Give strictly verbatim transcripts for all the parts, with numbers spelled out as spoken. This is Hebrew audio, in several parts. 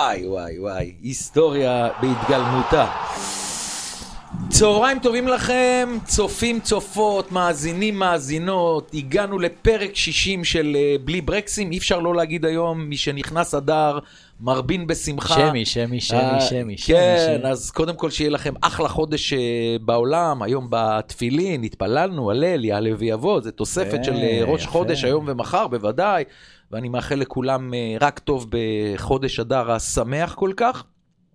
וואי, וואי, וואי, היסטוריה בהתגלמותה. צהריים טובים לכם, צופים, צופות, מאזינים, מאזינות. הגענו לפרק שישים של בלי ברקסים. אי אפשר לא להגיד היום, מי שנכנס אדר, מרבין בשמחה. שמי, שמי, שמי, שמי. כן, אז קודם כל שיהיה לכם אחלה חודש בעולם. היום בתפילין, התפללנו, הלל, יעלה ויבוא. זה תוספת של ראש חודש היום ומחר, בוודאי. ואני מאחל לכולם רק טוב בחודש אדר השמח כל כך.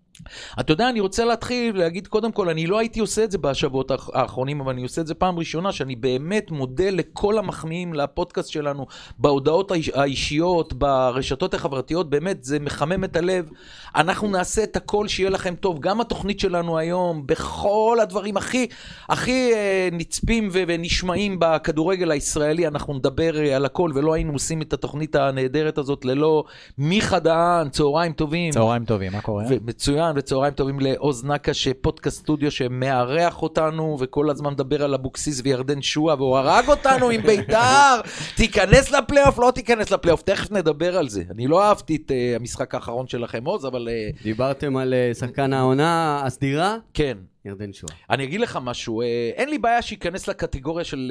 אתה יודע, אני רוצה להתחיל להגיד קודם כל, אני לא הייתי עושה את זה בשבועות האחרונים, אבל אני עושה את זה פעם ראשונה, שאני באמת מודה לכל המחמיאים לפודקאסט שלנו, בהודעות האישיות, ברשתות החברתיות, באמת זה מחמם את הלב. אנחנו נעשה את הכל שיהיה לכם טוב, גם התוכנית שלנו היום, בכל הדברים הכי, הכי נצפים ונשמעים בכדורגל הישראלי, אנחנו נדבר על הכל, ולא היינו עושים את התוכנית הנהדרת הזאת ללא מיכה דהן. צהריים טובים. צהריים טובים, מה קורה? מצוין. וצהריים טובים לעוז נקה, שפודקאסט סטודיו שמארח אותנו, וכל הזמן מדבר על אבוקסיס וירדן שועה, והוא הרג אותנו עם בית"ר. תיכנס לפלייאוף, לא תיכנס לפלייאוף, תכף נדבר על זה. אני לא אהבתי את uh, המשחק האחרון שלכם, עוז, אבל... Uh... דיברתם על uh, שחקן העונה הסדירה? כן. ירדן שועה. אני אגיד לך משהו, אין לי בעיה שיכנס לקטגוריה של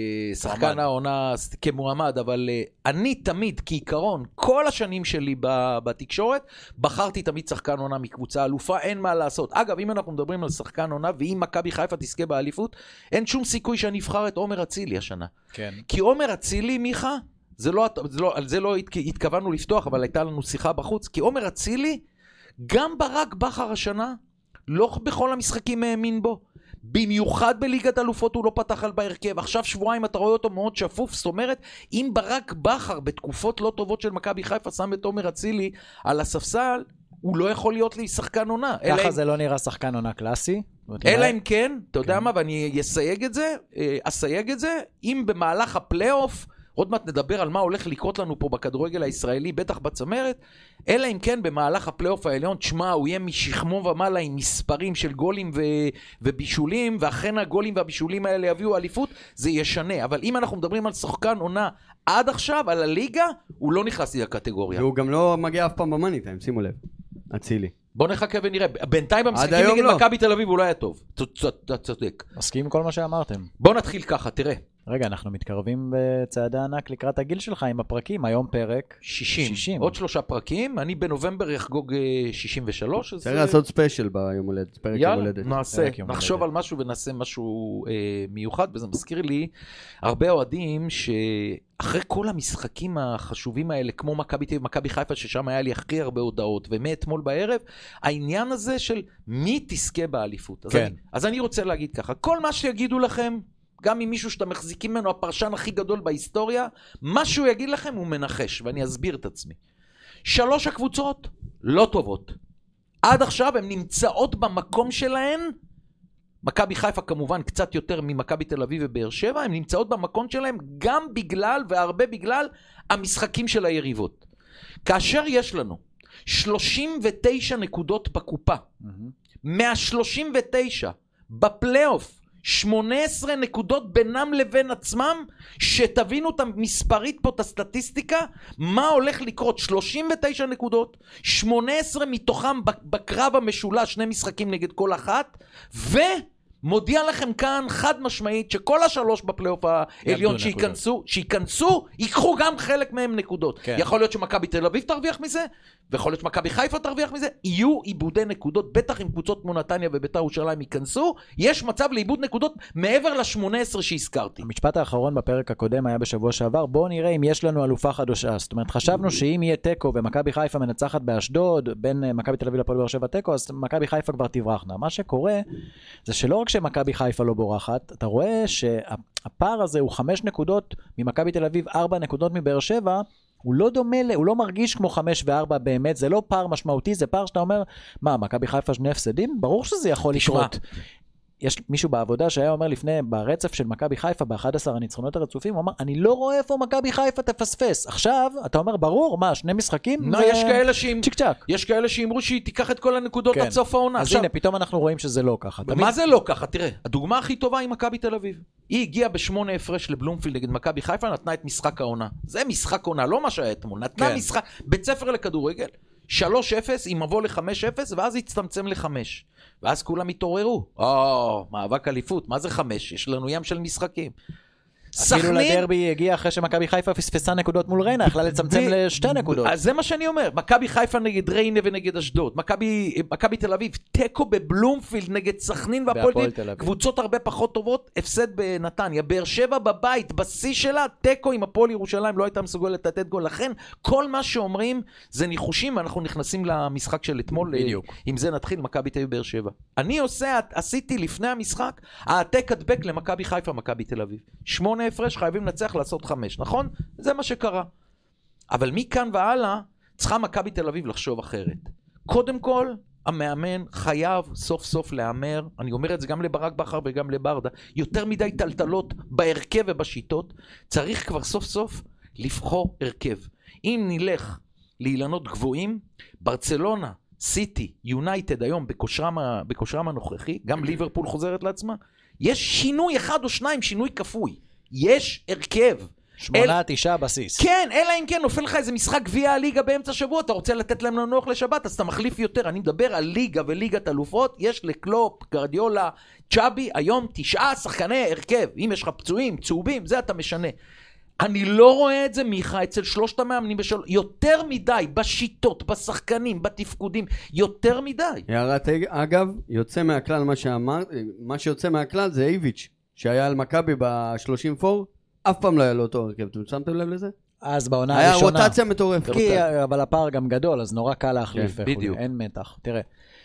שחקן העונה כמועמד, אבל אני תמיד, כעיקרון, כל השנים שלי בתקשורת, בחרתי תמיד שחקן עונה מקבוצה אלופה, אין מה לעשות. אגב, אם אנחנו מדברים על שחקן עונה, ואם מכבי חיפה תזכה באליפות, אין שום סיכוי שאני אבחר את עומר אצילי השנה. כן. כי עומר אצילי, מיכה, זה לא, זה לא, על זה לא התכוונו לפתוח, אבל הייתה לנו שיחה בחוץ, כי עומר אצילי, גם ברק בכר השנה, לא בכל המשחקים האמין בו. במיוחד בליגת אלופות הוא לא פתח על בהרכב. עכשיו שבועיים אתה רואה אותו מאוד שפוף. זאת אומרת, אם ברק בכר בתקופות לא טובות של מכבי חיפה שם את עומר אצילי על הספסל, הוא לא יכול להיות לי שחקן עונה. ככה זה לא נראה שחקן עונה קלאסי. אלא אם כן, אתה יודע מה, ואני אסייג את זה, אסייג את זה, אם במהלך הפלייאוף, עוד מעט נדבר על מה הולך לקרות לנו פה בכדורגל הישראלי, בטח בצמרת, אלא אם כן במהלך הפלייאוף העליון, תשמע, הוא יהיה משכמו ומעלה עם מספרים של גולים ו... ובישולים, ואכן הגולים והבישולים האלה יביאו אליפות, זה ישנה. אבל אם אנחנו מדברים על שחקן עונה עד עכשיו, על הליגה, הוא לא נכנס לי לקטגוריה. והוא גם לא מגיע אף פעם במאני טיים, שימו לב. אצילי. בוא נחכה ונראה. בינתיים במשחקים נגד מכבי תל אביב הוא לא היה טוב. אתה צודק. מסכים עם כל מה שאמרתם. בוא נתחיל ככה, תראה. רגע, אנחנו מתקרבים בצעדי ענק לקראת הגיל שלך עם הפרקים, היום פרק שישים. שישים. עוד שלושה פרקים, אני בנובמבר יחגוג שישים ושלוש. צריך לעשות ספיישל ביום הולדת, פרק יום הולדת. יאללה, נעשה, נחשוב על משהו ונעשה משהו אה, מיוחד, וזה מזכיר לי הרבה אוהדים שאחרי כל המשחקים החשובים האלה, כמו מכבי תל אביב, מכבי חיפה, ששם היה לי הכי הרבה הודעות, ומאתמול בערב, העניין הזה של מי תזכה באליפות. אז, כן. אני, אז אני רוצה להגיד ככה, כל מה שיגידו לכם, גם עם מישהו שאתה מחזיקים ממנו, הפרשן הכי גדול בהיסטוריה, מה שהוא יגיד לכם הוא מנחש, ואני אסביר את עצמי. שלוש הקבוצות לא טובות. עד עכשיו הן נמצאות במקום שלהן, מכבי חיפה כמובן קצת יותר ממכבי תל אביב ובאר שבע, הן נמצאות במקום שלהן גם בגלל, והרבה בגלל, המשחקים של היריבות. כאשר יש לנו שלושים ותשע נקודות בקופה, מה-שלושים ותשע בפלייאוף, שמונה עשרה נקודות בינם לבין עצמם, שתבינו את המספרית פה, את הסטטיסטיקה, מה הולך לקרות, שלושים ותשע נקודות, שמונה עשרה מתוכם בקרב המשולש, שני משחקים נגד כל אחת, ומודיע לכם כאן חד משמעית, שכל השלוש בפלייאוף העליון שיכנסו, שיכנסו, ייקחו גם חלק מהם נקודות. כן. יכול להיות שמכבי תל אביב תרוויח מזה, ויכול להיות שמכבי חיפה תרוויח מזה, יהיו עיבודי נקודות, בטח עם קבוצות כמו נתניה ובית"ר ירושלים ייכנסו, יש מצב לעיבוד נקודות מעבר ל-שמונה עשרה שהזכרתי. המשפט האחרון בפרק הקודם היה בשבוע שעבר, בואו נראה אם יש לנו אלופה חדשה. זאת אומרת, חשבנו שאם יהיה טקו ומכבי חיפה מנצחת באשדוד, בין מכבי תל אביב לפועל באר שבע טקו, אז מכבי חיפה כבר תברחנה. מה שקורה זה שלא רק שמכבי חיפה לא בורחת, אתה רואה שהפער הזה הוא חמש נקודות ממכבי תל אביב, ארבע נקודות מבאר שבע, הוא לא דומה, הוא לא מרגיש כמו חמש וארבע באמת, זה לא פער משמעותי, זה פער שאתה אומר, מה, מכבי חיפה שני הפסדים? ברור שזה יכול לקרות. יש מישהו בעבודה שהיה אומר לפני, ברצף של מכבי חיפה, ב-אחד עשר הניצחונות הרצופים, הוא אמר, אני לא רואה איפה מכבי חיפה תפספס. עכשיו, אתה אומר, ברור, מה, שני משחקים? לא, יש כאלה שאם... צ'יק צ'ק. יש כאלה שאמרו שהיא תיקח את כל הנקודות עד סוף העונה. אז הנה, פתאום אנחנו רואים שזה לא ככה. מה זה לא ככה? תראה, הדוגמה הכי טובה היא מכבי תל אביב. היא הגיעה בשמונה הפרש לבלומפילד נגד מכבי חיפה, נתנה את משחק העונה. זה משחק עונה, לא מה שהיה אתמול. נתנה משחק, בית ספר לכדורגל. שלוש אפס, אם מבוא ל-חמש אפס, ואז יצטמצם ל-חמש. ואז כולם התעוררו. או, מאבק אליפות, מה זה חמש? יש לנו ים של משחקים. אפילו לדרבי הגיע אחרי שמכבי חיפה פספסה נקודות מול ריינה, יכלה לצמצם לשתי נקודות. אז זה מה שאני אומר, מכבי חיפה נגד ריינה ונגד אשדוד, מכבי תל אביב, טקו בבלומפילד נגד סכנין והפועל תל אביב, קבוצות הרבה פחות טובות, הפסד בנתניה, באר שבע בבית, בשיא שלה, טקו עם הפועל ירושלים לא הייתה מסוגלת לתת גול, לכן כל מה שאומרים זה ניחושים, אנחנו נכנסים למשחק של אתמול, עם זה נתחיל, מכבי תל אביב באר שבע. אני עושה, עשיתי לפני המשחק, העתק הדבק למכבי חיפה, מכבי תל אביב. שמונה הפרש, חייבים לנצח לעשות חמש, נכון? זה מה שקרה. אבל מכאן והלאה, צריכה מכבי תל אביב לחשוב אחרת. קודם כל, המאמן חייב סוף סוף לאמר, אני אומר את זה גם לברק בכר וגם לברדה, יותר מדי טלטלות בהרכב ובשיטות, צריך כבר סוף סוף לבחור הרכב. אם נלך לאילנות גבוהים, ברצלונה, סיטי, יונייטד היום בכושרם, בכושרם הנוכחי, גם ליברפול חוזרת לעצמה, יש שינוי אחד או שניים, שינוי כפוי. יש הרכב. שמונה, תשעה בסיס. כן, אלא אם כן נופל לך איזה משחק גביע הליגה באמצע שבוע, אתה רוצה לתת להם לנוח לשבת, אז אתה מחליף יותר. אני מדבר על ליגה וליגת אלופות, יש לקלופ, גרדיולה, צ'אבי, היום תשעה שחקני הרכב. אם יש לך פצועים, צהובים, זה אתה משנה. אני לא רואה את זה, מיכה, אצל שלושת המאמנים בשל... יותר מדי, בשיטות, בשחקנים, בתפקודים, יותר מדי. הערת, אגב, יוצא מהכלל, מה שאמרת, מה שיוצא מהכלל זה איביץ', שהיה על מכבי ב-שלושים וארבע, אף פעם לא היה לו אותו הרכב. אתם שמתם לב לזה? אז בעונה הראשונה. היה רוטציה מטורפת. כי, אבל הפער גם גדול, אז נורא קל להחליף. כן, בדיוק. אין מתח. תראה,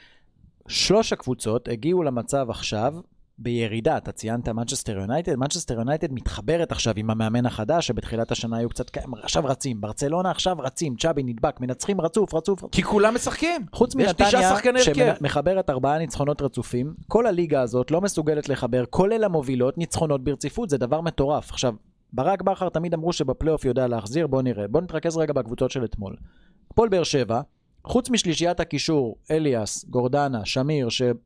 שלוש הקבוצות הגיעו למצב עכשיו, בירידה, אתה ציינת מנצ'סטר יונייטד, מנצ'סטר יונייטד מתחברת עכשיו עם המאמן החדש, שבתחילת השנה היו קצת, עכשיו רצים, ברצלונה עכשיו רצים, צ'אבי נדבק, מנצחים רצוף, רצוף. כי כולם משחקים. חוץ מנתניה, שמחברת ארבעה ניצחונות רצופים, כל הליגה הזאת לא מסוגלת לחבר, כולל המובילות, ניצחונות ברציפות, זה דבר מטורף. עכשיו, ברק בכר תמיד אמרו שבפלייאוף יודע להחזיר, בוא נראה, בוא נתרכז רגע בקבוצות של אתמול. הפועל באר שבע, חוץ משלישיית הקישור, אליאס, גורדנה, שמיר,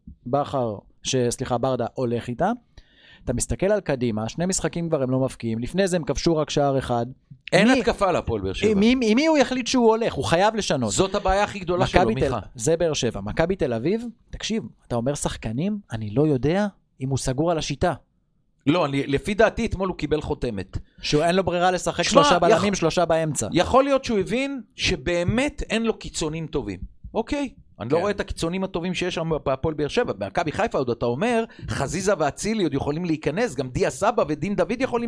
שבכר שסליחה ברדה הולך איתה, אתה מסתכל על קדימה, שני משחקים כבר הם לא מפקיעים, לפני זה הם כבשו רק שער אחד. אין מי, התקפה לפועל באר שבע. מי, מי, מי הוא יחליט שהוא הולך? הוא חייב לשנות. זאת הבעיה הכי גדולה שלו, מיכה. זה באר שבע. מכבי תל אביב, תקשיב, אתה אומר שחקנים, אני לא יודע אם הוא סגור על השיטה. לא, אני, לפי דעתי אתמול הוא קיבל חותמת. שהוא אין לו ברירה לשחק שמה, שלושה בלמים, יכ... שלושה באמצע. יכול להיות שהוא הבין שבאמת אין לו קיצונים טובים. אוקיי. אני לא רואה את הקיצונים הטובים שיש שם בפועל באר שבע. במכבי חיפה עוד אתה אומר, חזיזה ואצילי עוד יכולים להיכנס, גם דיה סבא ודין דוד יכולים...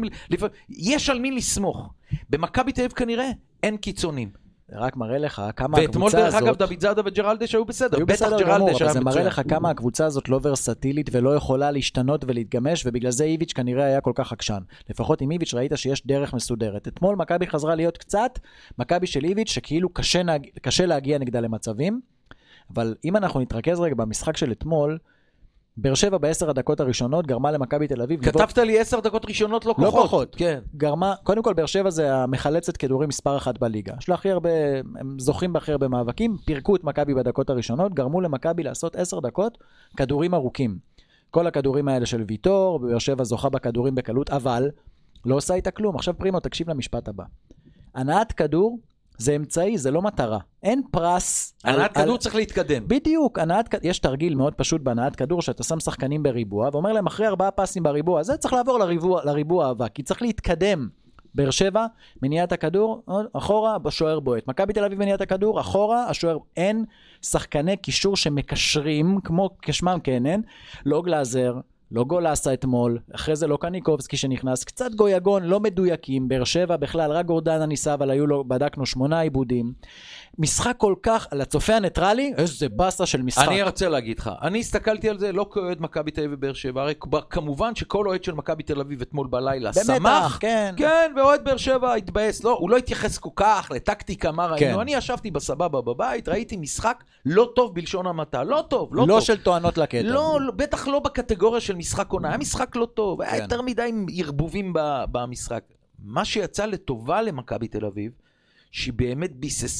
יש על מי לסמוך. במכבי תל אביב כנראה אין קיצונים. זה רק מראה לך כמה הקבוצה הזאת... ואתמול דרך אגב דוד זאדה וג'רלדש היו בסדר. בטח ג'רלדש היה מצוין. זה מראה לך כמה הקבוצה הזאת לא ורסטילית ולא יכולה להשתנות ולהתגמש, ובגלל זה איביץ' כנראה היה כל כך עקשן. לפחות עם איביץ' ראית שיש דרך מסודרת. אתמול מכבי חזרה להיות קצת, מכבי של איביץ' שכאילו קשה, קשה להגיע נגדה למצבים. אבל אם אנחנו נתרכז רגע במשחק של אתמול, באר שבע בעשר הדקות הראשונות גרמה למכבי תל אביב. כתבת לי עשר דקות ראשונות לא כוחות. לא כוחות, כן. גרמה, קודם כל באר שבע זה המחלצת כדורים מספר אחת בליגה. יש לה הכי הרבה, הם זוכים בהכי הרבה מאבקים, פירקו את מכבי בדקות הראשונות, גרמו למכבי לעשות עשר דקות כדורים ארוכים. כל הכדורים האלה של ויטור, באר שבע זוכה בכדורים בקלות, אבל לא עושה איתה כלום. עכשיו פרימו, תקשיב למשפט הבא. הנעת כדור זה אמצעי, זה לא מטרה. אין פרס. הנעת כדור על... צריך להתקדם. בדיוק, הנעת, יש תרגיל מאוד פשוט בהנעת כדור, שאתה שם שחקנים בריבוע, ואומר להם אחרי ארבעה פסים בריבוע, זה צריך לעבור לריבוע, לריבוע הבא, כי צריך להתקדם. באר שבע, מניעת הכדור, אחורה, בשוער בועט. מכבי תל אביב מניעת הכדור, אחורה, השוער, אין שחקני קישור שמקשרים, כמו כשמם כן, אין, לא גלאזר, לא גולסה אתמול, אחרי זה לא קניקובסקי שנכנס, קצת גויגון, לא מדויקים, באר שבע בכלל, רק גורדנה ניסה, אבל היו לו, בדקנו שמונה עיבודים. משחק כל כך, על הצופה הניטרלי, איזה בסה של משחק. אני רוצה להגיד לך, אני הסתכלתי על זה, לא כאוהד מכבי תל אביב ובאר שבע, הרי כמובן שכל אוהד של מכבי תל אביב אתמול בלילה שמח, כן. כן, ואוהד באר שבע התבאס, לא, הוא לא התייחס כל כך לטקטיקה, מה ראינו, כן. אני ישבתי בסבבה בבית, ראיתי משחק לא טוב בלשון המעטה, לא טוב, לא, לא טוב. של טוענות לקטע. לא, לא, בטח לא בקטגוריה של משחק עונה, היה משחק לא טוב, היה יותר מדי ערבובים במשחק. מה שיצא לטובה למכבי תל אביב, שהיא באמת ביססה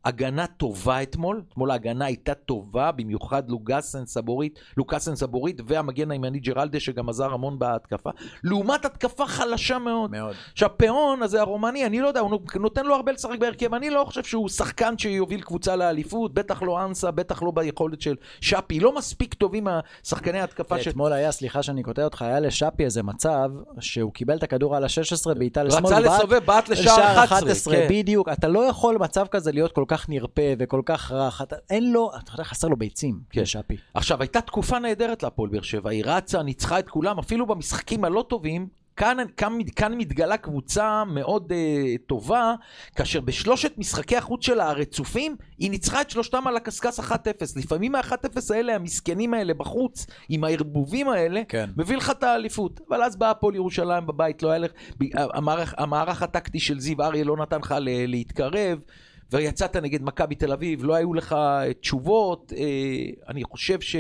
הגנה טובה אתמול, אתמול ההגנה הייתה טובה, במיוחד לוקאסן סבורית, לוקאסן סבורית והמגן הימני ג'רלדה שגם עזר המון בהתקפה, לעומת התקפה חלשה מאוד. מאוד. עכשיו פיון הזה הרומני, אני לא יודע, הוא נותן לו הרבה לשחק בהרכב, אני לא חושב שהוא שחקן שיוביל קבוצה לאליפות, בטח לא אנסה, בטח לא ביכולת של שפי, לא מספיק טובים השחקני ההתקפה. אתמול היה, סליחה שאני קוטע אותך, היה לשפי איזה מצב שהוא קיבל את הכדור על ה-שש עשרה בעיטה לשמאל, רצה לסובב, בעט לשער אחת עשרה, בדיוק, אתה לא יכול מצב כזה להיות כל כך נרפה וכל כך רך, אתה, אין לו, אתה יודע, חסר לו ביצים, כן. שפי. עכשיו, הייתה תקופה נהדרת להפועל באר שבע, היא רצה, ניצחה את כולם, אפילו במשחקים הלא טובים, כאן, כאן, כאן מתגלה קבוצה מאוד uh, טובה, כאשר בשלושת משחקי החוץ שלה הרצופים, היא ניצחה את שלושתם על הקסקס אחת אפס. לפעמים ה-אחת אפס האלה, המסכנים האלה בחוץ, עם הערבובים האלה, כן. מביא לך את האליפות. אבל אז באה הפועל ירושלים בבית, לא היה לך, המערך, המערך הטקטי של זיו אריה לא נתן לך להתקרב, ויצאת נגד מכבי תל אביב, לא היו לך תשובות. אני חושב ש...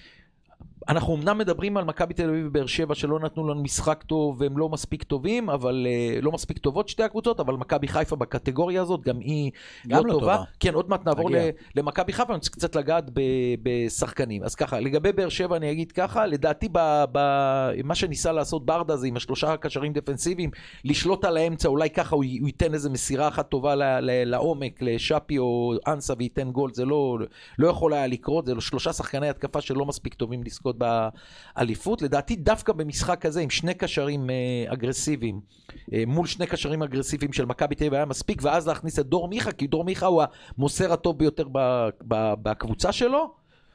אנחנו אמנם מדברים על מכבי תל אביב ובאר שבע שלא נתנו לנו משחק טוב והם לא מספיק טובים, אבל uh, לא מספיק טובות שתי הקבוצות, אבל מכבי חיפה בקטגוריה הזאת גם היא גם לא, לא טובה. טובה. כן, עוד מעט נעבור למכבי חיפה, אני רוצה קצת לגעת בשחקנים. אז ככה, לגבי באר שבע אני אגיד ככה, לדעתי ב, ב, מה שניסה לעשות ברדה זה עם השלושה הקשרים דפנסיביים, לשלוט על האמצע, אולי ככה הוא, הוא ייתן איזה מסירה אחת טובה ל, ל, לעומק, לשפי או אנסה וייתן גול, זה לא, לא יכול היה לקרות, זה לא שלושה שחקני התקפה שלא מספיק טובים לזכות באליפות. לדעתי דווקא במשחק הזה עם שני קשרים אגרסיביים מול שני קשרים אגרסיביים של מכבי תל אביב היה מספיק, ואז להכניס את דור מיכה, כי דור מיכה הוא המוסר הטוב ביותר בקבוצה שלו,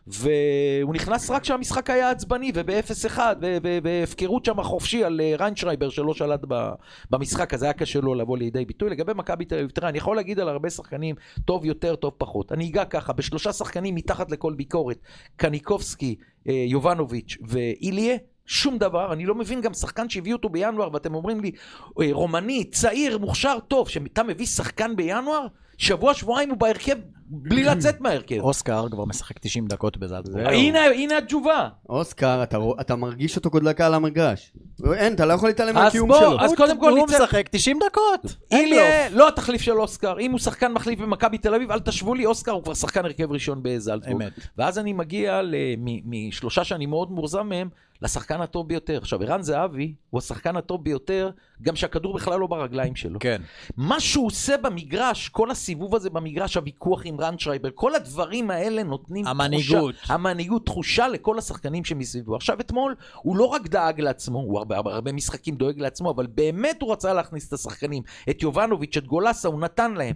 והוא נכנס רק כשהמשחק היה עצבני וב-אפס אחד והפקרות שם חופשי על ריינשרייבר שלא שלט במשחק, אז היה קשה לו לבוא לידי ביטוי. לגבי מכבי תל אביב, תראה, אני יכול להגיד על הרבה שחקנים טוב יותר, טוב פחות. אני אגע ככה, בשלושה שחקנים מתחת לכל ביקורת, קניקובסקי, יובנוביץ' ואיליה, שום דבר. אני לא מבין גם שחקן שהביא אותו בינואר, ואתם אומרים לי, רומני, צעיר, מוכשר, טוב, שאתה מביא שחקן בינואר, שבוע, שבועיים הוא בהרכב, בלי לצאת מהרכב. אוסקר כבר משחק תשעים דקות בזלצבורג. הנה, הנה התשובה. אוסקר, אתה, אתה מרגיש אותו כדלקה על המגרש. אין, אתה לא יכול להתעלם מהקיום שלו. אז קודם כל הוא משחק תשעים דקות. איליה, לא התחליף של אוסקר. אם הוא שחקן מחליף במכבי תל אביב, אל תשוו לי, אוסקר הוא כבר שחקן הרכב ראשון בזלצבורג. ואז אני מגיע משלושה שאני מאוד מורזם מהם, לשחקן הטוב ביותר. עכשיו, ערן זהבי הוא השחקן הטוב ביותר, גם שהכדור בכלל לא ברגליים שלו. כן. מה שהוא עושה במגרש, כל הסיבוב הזה במגרש, הוויכוח עם ריינשרייבר, כל הדברים האלה נותנים המנהיגות. תחושה, המנהיגות, תחושה לכל השחקנים שמסביבו. עכשיו, אתמול, הוא לא רק דאג לעצמו, הוא הרבה, הרבה, הרבה משחקים דואג לעצמו, אבל באמת הוא רצה להכניס את השחקנים, את יובנוביץ', את גולסה, הוא נתן להם.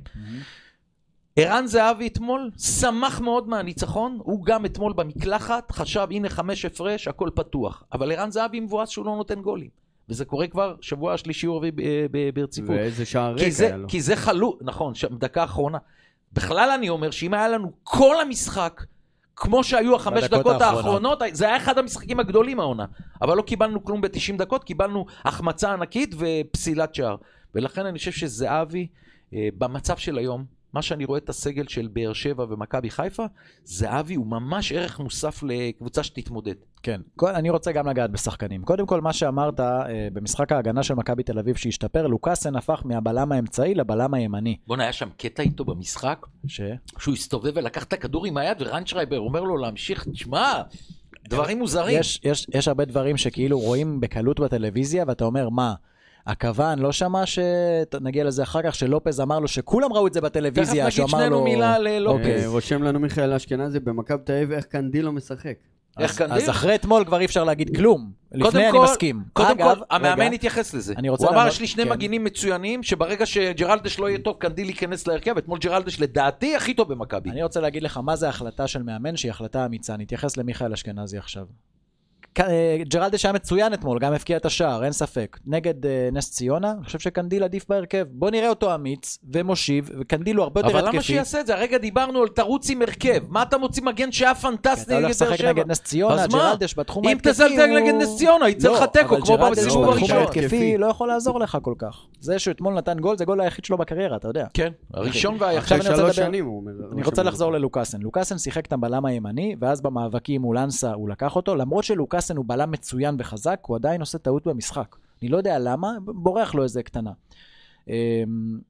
ערן זהבי אתמול שמח מאוד מהניצחון, הוא גם אתמול במקלחת חשב הנה חמש הפרש, הכל פתוח, אבל ערן זהבי מבואס שהוא לא נותן גולים, וזה קורה כבר שבוע השלישי או רביעי ברציפות. ואיזה שער ריק היה לו. כי זה חלו, נכון, דקה האחרונה. בכלל אני אומר שאם היה לנו כל המשחק, כמו שהיו החמש דקות האחרונות, זה היה אחד המשחקים הגדולים העונה, אבל לא קיבלנו כלום ב-תשעים דקות, קיבלנו החמצה ענקית ופסילת שער, ולכן אני חושב שזהבי במצב של היום, מה שאני רואה את הסגל של באר שבע ומכבי חיפה, זהבי הוא ממש ערך מוסף לקבוצה שתתמודד. כן, אני רוצה גם לגעת בשחקנים. קודם כל, מה שאמרת, במשחק ההגנה של מכבי תל אביב שהשתפר, לוקאסן הפך מהבלם האמצעי לבלם הימני. בוא נהיה שם קטע איתו במשחק, ש? שהוא הסתובב ולקח את הכדור עם היד, וריינשרייבר אומר לו להמשיך, תשמע, דברים מוזרים. יש, יש, יש הרבה דברים שכאילו רואים בקלות בטלוויזיה, ואתה אומר, מה? הכוון לא שמע שנגיע לזה אחר כך, שלופז אמר לו שכולם ראו את זה בטלוויזיה, תכף נגיד שנינו מילה ללופז. רושם לנו מיכאל אשכנזי במכבי תל אביב, איך קנדיל לא משחק. איך קנדיל? אז אחרי אתמול כבר אי אפשר להגיד כלום. לפני אני מסכים. קודם כל, המאמן התייחס לזה. הוא אמר, יש לי שני מגינים מצוינים, שברגע שג'רלדש לא יהיה טוב, קנדיל ייכנס להרכב. אתמול ג'רלדש לדעתי הכי טוב במכבי. אני רוצה להגיד לך מה זה החלטה של מאמן, שהיא החלטה אמיצה. נתייחס למיכאל אשכנזי עכשיו. ג'רלדש היה מצוין אתמול, גם הפקיע את השער, אין ספק. נגד נס ציונה, אני חושב שקנדיל עדיף בהרכב. בוא נראה אותו אמיץ ומושיב, וקנדיל הוא הרבה יותר התקפי. אבל למה שיעשה את זה? הרגע דיברנו על תרוץ עם הרכב. מה אתה מוציא מגן שהיה פנטסטי נגד באר שבע? אתה הולך לשחק נגד נס ציונה, ג'רלדש בתחום ההתקפי אם תזלזל נגד נס ציונה, יצא לך תיקו, כמו בסיבוב הראשון. בתחום ההתקפי לא יכול לעזור לך כל כך. זה שאתמול נתן גול, זה גול היחיד שלו בקריירה, אתה יודע. כן, הראשון והיחיד. אני רוצה לחזור ללוקאסן. לוקאסן שיחק את הבלם הימני, ואז במאבקים מול אנסה הוא לקח אותו, למרות שלוקאסן הוא בלם מצוין וחזק, הוא עדיין עושה טעות במשחק. אני לא יודע למה, בורח לו איזה קטנה.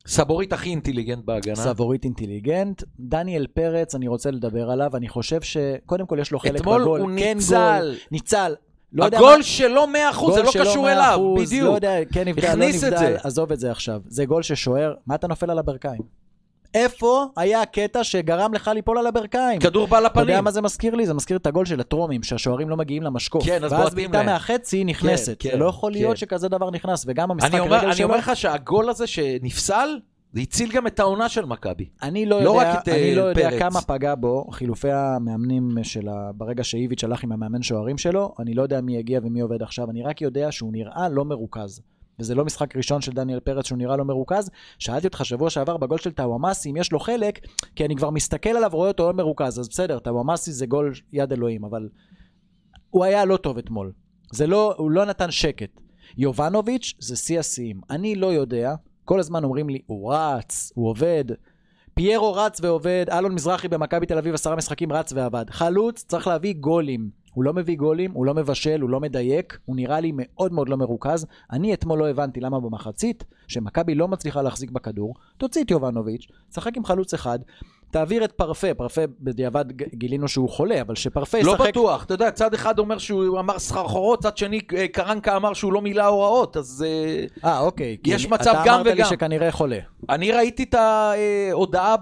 סבורית הכי אינטליגנט בהגנה. סבורית אינטליגנט. דניאל פרץ, אני רוצה לדבר עליו, אני חושב שקודם כל יש לו חלק אתמול בגול. הוא כן ניצל. גול, ניצל. לא הגול שלו מאה אחוז, זה לא קשור אליו, בדיוק. לא יודע, כן נבדל, לא הכניס את נבדל, זה. עזוב את זה עכשיו. זה גול ששוער, מה אתה נופל על הברכיים? איפה היה הקטע שגרם לך ליפול על הברכיים? כדור בא אתה יודע לפנים. מה זה מזכיר לי? זה מזכיר את הגול של הטרומים, שהשוערים לא מגיעים למשקוף. כן, אז ואז בועטים בעיטה להם. מהחצי נכנסת. כן, זה לא יכול כן. להיות שכזה דבר נכנס, וגם המשחק אני אומר, רגל אני שלו. אומר לך שהגול הזה שנפסל, זה הציל גם את העונה של מכבי. אני לא לא יודע, רק את, אני לא אה, יודע פרץ. כמה פגע בו חילופי המאמנים שלה, ברגע שאיביץ' הלך עם המאמן שוערים שלו, אני לא יודע מי יגיע ומי עובד עכשיו, אני רק יודע שהוא נראה לא מרוכז. וזה לא משחק ראשון של דניאל פרץ שהוא נראה לא מרוכז. שאלתי אותך שבוע שעבר בגול של טאוואמאסי, אם יש לו חלק, כי אני כבר מסתכל עליו, רואה אותו לא מרוכז, אז בסדר, טאוואמאסי זה גול יד אלוהים, אבל הוא היה לא טוב אתמול. זה לא, הוא לא נתן שקט. יובנוביץ' זה שיא השיאים. אני לא יודע, כל הזמן אומרים לי, הוא רץ, הוא עובד. פיירו רץ ועובד, אלון מזרחי במכבי תל אביב עשרה משחקים רץ ועבד. חלוץ צריך להביא גולים. הוא לא מביא גולים, הוא לא מבשל, הוא לא מדייק, הוא נראה לי מאוד מאוד לא מרוכז. אני אתמול לא הבנתי למה במחצית, שמכבי לא מצליחה להחזיק בכדור, תוציא את יובנוביץ', צחק עם חלוץ אחד, תעביר את פרפה, פרפה בדיעבד גילינו שהוא חולה, אבל שפרפה ישחק... לא בטוח, אתה יודע, צד אחד אומר שהוא אמר סחרחורות, צד שני קרנקה אמר שהוא לא מילא הוראות, אז... אה, אוקיי. יש מצב גם וגם. אתה אמרת לי שכנראה חולה. אני ראיתי את ההודעה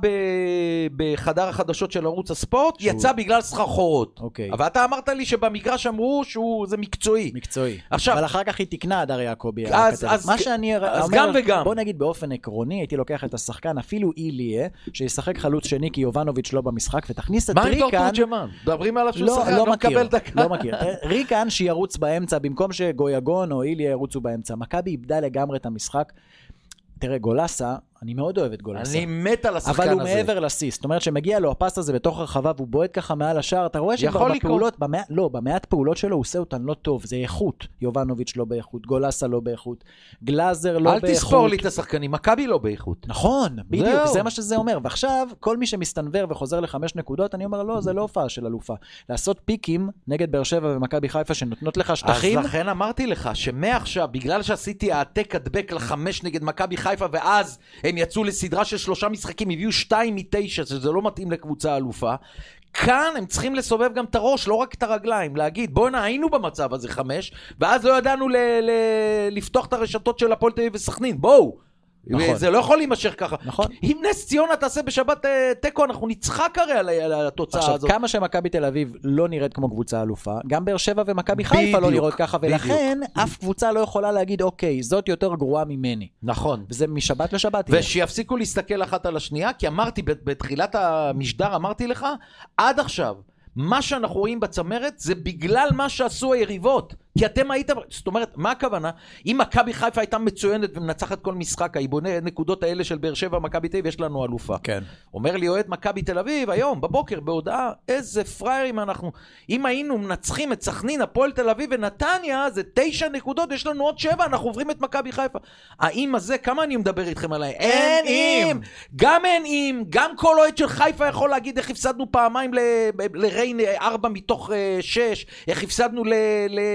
בחדר החדשות של ערוץ הספורט, יצא בגלל סחרחורות. אוקיי. אבל אתה אמרת לי שבמגרש אמרו שזה מקצועי. מקצועי. עכשיו... אבל אחר כך היא תקנה הדר יעקובי. אז, אז, מה שאני אז אומר, גם וגם. בוא נגיד באופן עקרוני, הייתי לוקח את השחקן, אפילו איליה, שישחק חלוץ שני, כי יובנוביץ' לא במשחק, ותכניס את מה ריקן... מה עם דורטור ג'מן? מדברים עליו שהוא לא, שחק, לא לא מכיר, מקבל דקה. לא מכיר. ריקן שירוץ באמצע, במקום שגויגון או איליה ירוצו באמצע. מכבי איבדה לגמרי את המשחק. תראה, גולסה, אני מאוד אוהב את גולסה. אני מת על השחקן אבל הזה. הוא מעבר לסיס. זאת אומרת שמגיע לו הפס הזה בתוך הרחבה, והוא בועט ככה מעל השאר. אתה רואה שכבר בפעולות, במע... לא, במעט פעולות שלו הוא עושה אותן לא טוב. זה איכות. יובנוביץ' לא באיכות, גולסה לא באיכות, גלאזר לא אל באיכות. אל תספור לי את השחקנים, מכבי לא באיכות. נכון, בדיוק, זה מה שזה אומר. ועכשיו, כל מי שמסתנבר וחוזר לחמש נקודות, אני אומר, לא, זה לא הופעה של אלופה. לעשות פיקים נגד באר שבע ומכבי חיפה שנותנות לך שטחים. אז לכן אמרתי לך, שמעכשיו, בגלל שעשיתי העתק הדבק לחמש נגד מכבי חיפה, ואז הם יצאו לסדרה של שלושה משחקים, הביאו שתיים מתשע, שזה לא מתאים לקבוצה אלופה, כאן הם צריכים לסובב גם את הראש, לא רק את הרגליים, להגיד, בוא נה, היינו במצב הזה חמש, ואז לא ידענו ל- ל- לפתוח את הרשתות של הפועל תל אביב וסכנין, בואו. נכון. זה לא יכול להימשך ככה. נכון. אם נס ציונה תעשה בשבת תיקו, אנחנו נצחק הרי על, על התוצאה עכשיו, הזאת. כמה שמכבי תל אביב לא נראית כמו קבוצה אלופה, גם באר שבע ומכבי חיפה בדיוק, לא נראות ככה, ולכן בדיוק. אף קבוצה לא יכולה להגיד, אוקיי, זאת יותר גרועה ממני. נכון. וזה משבת לשבת. ושיפסיקו להסתכל אחת על השנייה, כי אמרתי, בתחילת המשדר אמרתי לך, עד עכשיו, מה שאנחנו רואים בצמרת זה בגלל מה שעשו היריבות. כי אתם הייתם, זאת אומרת, מה הכוונה? אם מכבי חיפה הייתה מצוינת ומנצחת כל משחק, העיבוני נקודות האלה של באר שבע, מכבי תל אביב, יש לנו אלופה. כן. אומר לי אוהד מכבי תל אביב, היום, בבוקר, בהודעה, איזה פריירים אנחנו, אם היינו מנצחים את סכנין, הפועל תל אביב ונתניה, זה תשע נקודות, יש לנו עוד שבע, אנחנו עוברים את מכבי חיפה. האם הזה, כמה אני מדבר איתכם עליי? אין אם. גם אין אם, גם כל אוהד של חיפה יכול להגיד איך הפסדנו פעמיים לריין ארבע מתוך שש, איך הפסדנו ל...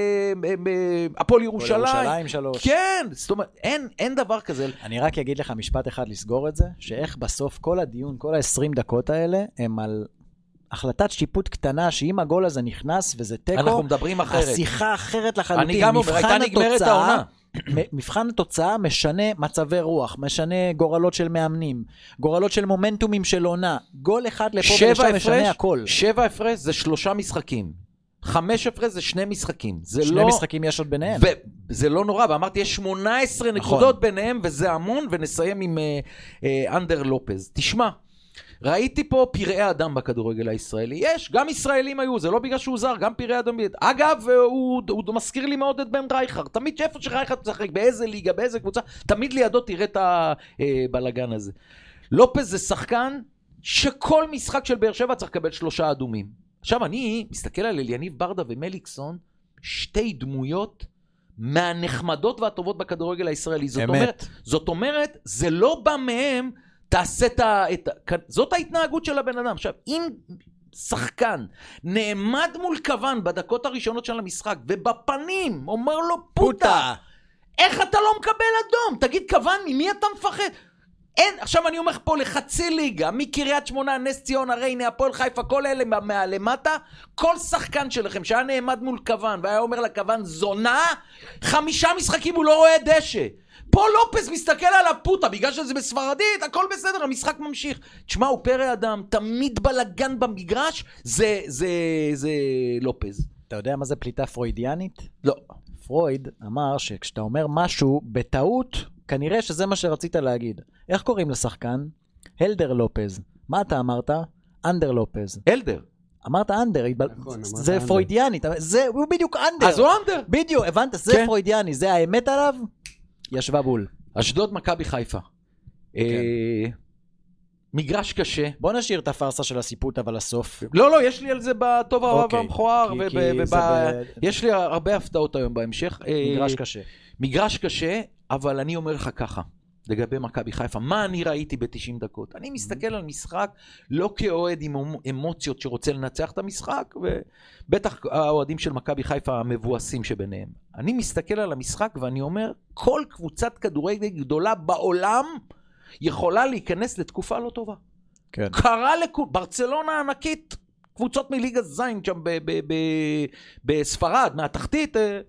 הפועל ירושלים. ירושלים שלוש. כן, זאת אומרת, אין, אין דבר כזה. אני רק אגיד לך משפט אחד לסגור את זה, שאיך בסוף כל הדיון, כל ה-עשרים דקות האלה, הם על החלטת שיפוט קטנה, שאם הגול הזה נכנס וזה טקו, אנחנו מדברים אחרת. השיחה אחרת לחלוטין. אני גם אומר, הייתה נגמרת העונה. מבחן התוצאה משנה מצבי רוח, משנה גורלות של מאמנים, גורלות של מומנטומים של עונה. גול אחד לפה ולשם משנה הכל. שבע הפרש זה שלושה משחקים. חמש הפרש זה שני משחקים. זה שני לא... משחקים יש עוד ביניהם. וזה לא נורא, ואמרתי, יש שמונה עשרה נכון. נקודות ביניהם, וזה המון, ונסיים עם uh, uh, אנדר לופז. תשמע, ראיתי פה פרעי אדם בכדורגל הישראלי. יש, גם ישראלים היו, זה לא בגלל שהוא זר, גם פרעי אדם. אגב, הוא, הוא, הוא מזכיר לי מאוד את בן רייכר. תמיד שאיפה שרייכר תשחק, באיזה ליגה, באיזה קבוצה, תמיד לידו תראה את הבלגן הזה. לופז זה שחקן שכל משחק של באר שבע צריך לקבל שלושה אדומים. עכשיו אני מסתכל על אליניב ברדה ומליקסון, שתי דמויות מהנחמדות והטובות בכדורגל הישראלי. זאת אומרת, זאת אומרת, זה לא בא מהם, תעשה את ה... זאת ההתנהגות של הבן אדם. עכשיו, אם שחקן נעמד מול כוון בדקות הראשונות של המשחק, ובפנים אומר לו פוטה, איך אתה לא מקבל אדום? תגיד כוון, ממי אתה מפחד? אין, עכשיו אני אומר פה לחצי ליגה, מקריית שמונה, נס ציונה, ריינה, הפועל חיפה, כל אלה מהלמטה, כל שחקן שלכם שהיה נעמד מול כוון, והיה אומר לכוון זונה, חמישה משחקים הוא לא רואה דשא. פה לופס מסתכל על הפוטה, בגלל שזה בספרדית, הכל בסדר, המשחק ממשיך. תשמע, הוא פרא אדם, תמיד בלגן במגרש, זה, זה, זה לופס. אתה יודע מה זה פליטה פרוידיאנית? לא. פרויד אמר שכשאתה אומר משהו בטעות, כנראה שזה מה שרצית להגיד. איך קוראים לשחקן? הלדר לופז. מה אתה אמרת? אנדר לופז. הלדר. אמרת אנדר, נכון, זה אמרת פרוידיאנית, זה הוא בדיוק אנדר. אז הוא אנדר. בדיוק, הבנת? זה כן. פרוידיאני, זה האמת עליו? ישבה בול. אשדוד מכבי חיפה. כן. אה, מגרש קשה. בוא נשאיר את הפרסה של הסיפוט אבל לסוף. לא, לא, יש לי על זה בטוב הרב אוקיי. והמכוער, כי- וב- כי וב- זה ב- יש לי הרבה הפתעות היום בהמשך. אה, מגרש קשה. מגרש קשה, אבל אני אומר לך ככה, לגבי מכבי חיפה, מה אני ראיתי ב-תשעים דקות? אני מסתכל על משחק לא כאוהד עם אמוציות שרוצה לנצח את המשחק, ובטח האוהדים של מכבי חיפה המבואסים שביניהם. אני מסתכל על המשחק ואני אומר, כל קבוצת כדורגל גדולה בעולם יכולה להיכנס לתקופה לא טובה. כן. קרה לכו... ברצלונה ענקית, קבוצות מליגה זין שם ב- ב- ב- בספרד, מהתחתית. אה.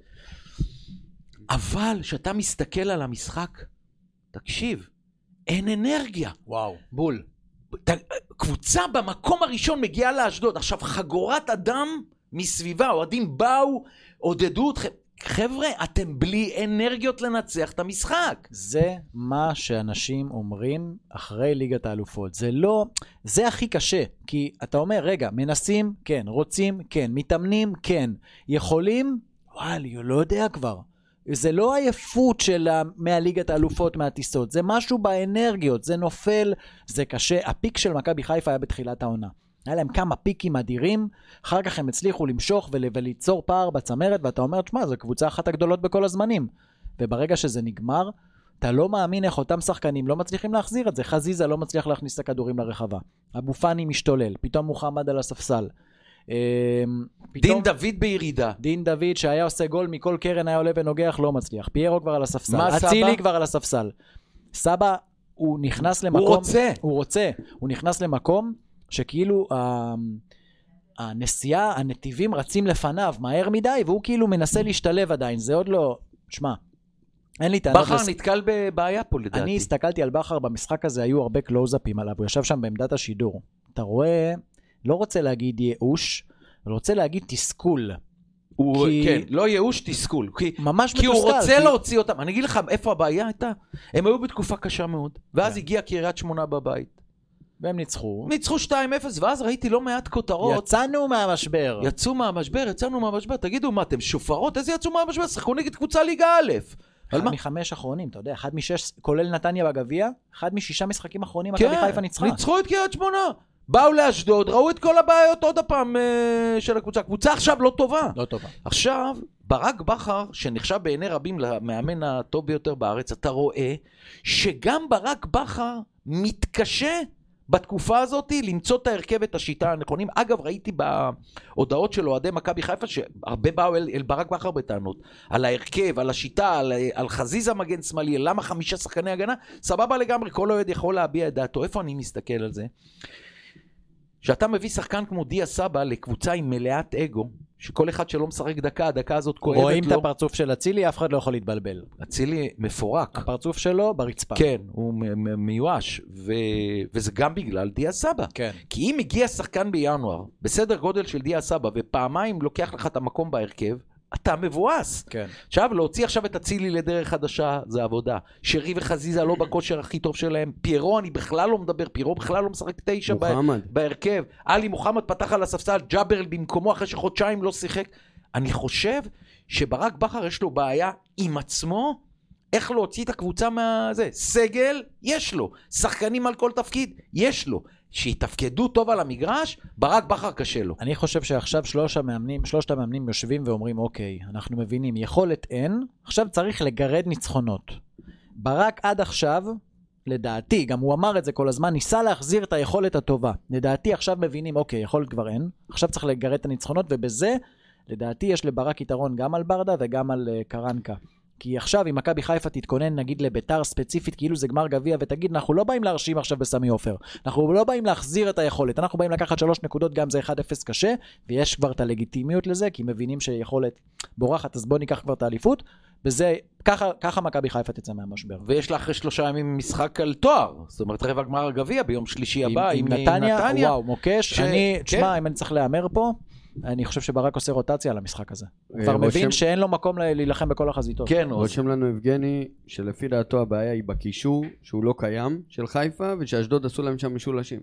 אבל כשאתה מסתכל על המשחק, תקשיב, אין אנרגיה. וואו, בול. ת- קבוצה במקום הראשון מגיעה לאשדוד. עכשיו, חגורת אדם מסביבה, אוהדים באו, עודדו אתכם. חבר'ה, אתם בלי אנרגיות לנצח את המשחק. זה מה שאנשים אומרים אחרי ליגת האלופות. זה לא, זה הכי קשה. כי אתה אומר, רגע, מנסים? כן. רוצים? כן. מתאמנים? כן. יכולים? וואלי, לא יודע כבר. זה לא עייפות של מהליגת האלופות מהטיסות. זה משהו באנרגיות. זה נופל, זה קשה. הפיק של מכבי חיפה היה בתחילת העונה. היה להם כמה פיקים אדירים, אחר כך הם הצליחו למשוך ול- וליצור פער בצמרת, ואתה אומר, תשמע, זו קבוצה אחת הגדולות בכל הזמנים. וברגע שזה נגמר, אתה לא מאמין איך אותם שחקנים לא מצליחים להחזיר את זה. חזיזה לא מצליח להכניס את הכדורים לרחבה. אבו פאני משתולל, פתאום מוחמד על הספסל. אמ, דין פתאום דוד בירידה. דין דוד שהיה עושה גול מכל קרן היה עולה ונוגח, לא מצליח. פיירו כבר על הספסל. מה סבא? אצילי כבר על הספסל. סבא, הוא נכנס למקום... הוא רוצה. הוא רוצה. הוא נכנס למקום שכאילו ה... הנסיעה, הנתיבים רצים לפניו מהר מדי, והוא כאילו מנסה להשתלב עדיין. זה עוד לא... שמע, אין לי טענות... בכר לס... נתקל בבעיה פה לדעתי. אני הסתכלתי על בכר במשחק הזה, היו הרבה קלוזאפים עליו, הוא ישב שם בעמדת השידור. אתה רואה, לא רוצה להגיד ייאוש, אבל רוצה להגיד תסכול. הוא, כי- כן, לא ייאוש, תסכול. כי, ממש כי הוא מתוסכל, רוצה כי- להוציא אותם. אני אגיד לך איפה הבעיה הייתה. הם היו בתקופה קשה מאוד, ואז כן. הגיע קריית שמונה בבית. והם ניצחו. ניצחו שתיים אפס, ואז ראיתי לא מעט כותרות. יצאנו מהמשבר. יצאו מהמשבר, יצאנו מהמשבר. תגידו מה, אתם שופרות? איזה יצאו מהמשבר? שחקו נגד קבוצה ליגה א'. על אחד מה? מחמש אחרונים, אתה יודע, אחד משש, כולל נתניה בגביע, אחד משישה משחקים אחרונים, מכבי חיפה ניצחה. ניצחו את קריית שמונה. באו לאשדוד, ראו את כל הבעיות עוד הפעם אה, של הקבוצה. הקבוצה עכשיו לא טובה. לא טובה. עכשיו, ברק בכר, שנחשב בעיני רבים למאמן הטוב ביותר בארץ, אתה רואה שגם ברק בכר מתקשה בתקופה הזאת למצוא את ההרכב את השיטה הנכונים. אגב, ראיתי בהודעות של אוהדי מכבי חיפה שהרבה באו אל, אל ברק בכר בטענות על ההרכב, על השיטה, על, על חזיזה מגן שמאלי, למה חמישה שחקני הגנה. סבבה לגמרי, כל אוהד יכול להביע את דעתו. איפה אני מסתכל על זה? שאתה מביא שחקן כמו דיה סבא לקבוצה עם מלאת אגו, שכל אחד שלא משחק דקה, הדקה הזאת כואבת לו. רואים את הפרצוף של אצילי, אף אחד לא יכול להתבלבל. אצילי מפורק. הפרצוף שלו ברצפה. כן, הוא מ- מ- מיואש, ו... וזה גם בגלל דיה סבא. כן. כי אם הגיע שחקן בינואר, בסדר גודל של דיה סבא, ופעמיים לוקח לך את המקום בהרכב, אתה מבואס. כן. עכשיו, להוציא עכשיו את אצילי לדרך חדשה, זה עבודה. שרי וחזיזה לא בכושר הכי טוב שלהם. פיירו, אני בכלל לא מדבר, פיירו בכלל לא משחק תשע ב- מוחמד. בהרכב. אלי מוחמד פתח על הספסל, ג'אברל במקומו אחרי שחודשיים לא שיחק. אני חושב שברק בכר יש לו בעיה עם עצמו, איך להוציא את הקבוצה מהזה. סגל, יש לו. שחקנים על כל תפקיד, יש לו. שיתפקדו טוב על המגרש, ברק בכר קשה לו. אני חושב שעכשיו שלוש המאמנים, שלושת המאמנים יושבים ואומרים, אוקיי, אנחנו מבינים, יכולת אין, עכשיו צריך לגרד ניצחונות. ברק עד עכשיו, לדעתי, גם הוא אמר את זה כל הזמן, ניסה להחזיר את היכולת הטובה. לדעתי עכשיו מבינים, אוקיי, יכולת כבר אין, עכשיו צריך לגרד את הניצחונות, ובזה, לדעתי, יש לברק יתרון גם על ברדה וגם על uh, קרנקה. כי עכשיו אם מכבי חיפה תתכונן נגיד לביתר ספציפית, כאילו זה גמר גביע, ותגיד אנחנו לא באים להרשים עכשיו בסמי עופר, אנחנו לא באים להחזיר את היכולת, אנחנו באים לקחת שלוש נקודות, גם זה אחד אפס קשה, ויש כבר את הלגיטימיות לזה, כי מבינים שיכולת בורחת, אז בוא ניקח כבר את האליפות, וזה, ככה, ככה מכבי חיפה תצא מהמשבר. ויש לה אחרי שלושה ימים משחק על תואר, זאת אומרת רבע גמר גביע ביום שלישי הבא עם, עם, עם נתניה, נתניה. וואו, מוקש, ש... אני, כן. תשמע, אם אני צריך להאמר פה, אני חושב שברק עושה רוטציה על המשחק הזה. הוא כבר מבין רושם... שאין לו מקום להילחם בכל החזיתות. כן, רושם לנו יבגני, שלפי דעתו הבעיה היא בקישור, שהוא לא קיים, של חיפה, ושאשדוד עשו להם שם משולשים.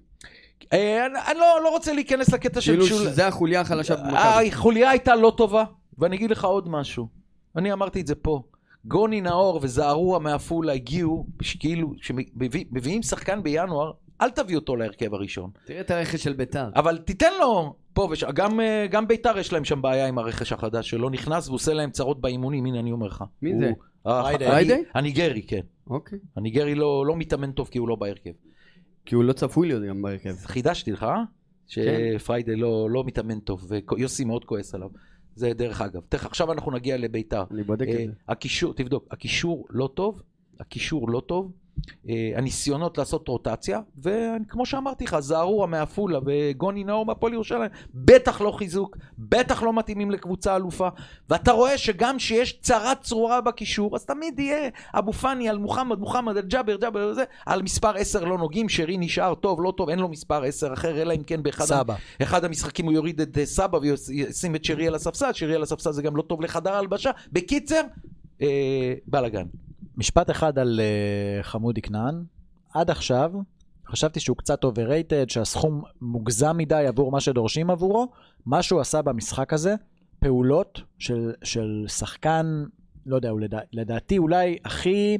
אני לא, לא רוצה להיכנס לקטע של כאילו משול... שזה החוליה החלשה במכבי. החוליה הייתה לא טובה, ואני אגיד לך עוד משהו. אני אמרתי את זה פה. גוני נאור וזערוע מעפולה הגיעו, כאילו, שמביאים שחקן בינואר, אל תביא אותו להרכב הראשון. תראה את הרכש של ביתר. אבל תיתן לו פה וש... גם, גם ביתר יש להם שם בעיה עם הרכש החדש שלו, נכנס ועושה להם צרות באימונים, הנה אני אומר לך. מי זה? פריידי? הניגרי, כן. אוקיי. הניגרי לא, לא מתאמן טוב כי הוא לא בהרכב. כי הוא לא צפוי להיות גם בהרכב. חידשתי לך, שפריידי לא, לא מתאמן טוב, ויוסי מאוד כועס עליו. זה דרך אגב. תכף, עכשיו אנחנו נגיע לביתר. אני בודק את זה. הקישור, תבדוק, הקישור לא טוב, הקישור לא טוב, הניסיונות לעשות רוטציה, וכמו שאמרתי לך, זערוע מעפולה וגוני נאור מהפועל ירושלים, בטח לא חיזוק, בטח לא מתאימים לקבוצה אלופה, ואתה רואה שגם שיש צרה צרורה בקישור, אז תמיד יהיה אבו פני על מוחמד, מוחמד על ג'אבר, ג'אבר וזה, על מספר עשר לא נוגעים, שרי נשאר טוב, לא טוב, אין לו מספר עשר אחר, אלא אם כן באחד סבא. אחד המשחקים הוא יוריד את סבא וישים את שרי על הספסל, שרי על הספסל זה גם לא טוב לחדר הלבשה, בקיצר, אה, בלגן. משפט אחד על uh, חמודי כנען. עד עכשיו חשבתי שהוא קצת overrated, שהסכום מוגזם מדי עבור מה שדורשים עבורו. מה שהוא עשה במשחק הזה, פעולות של, של שחקן, לא יודע, לדע, לדעתי אולי הכי,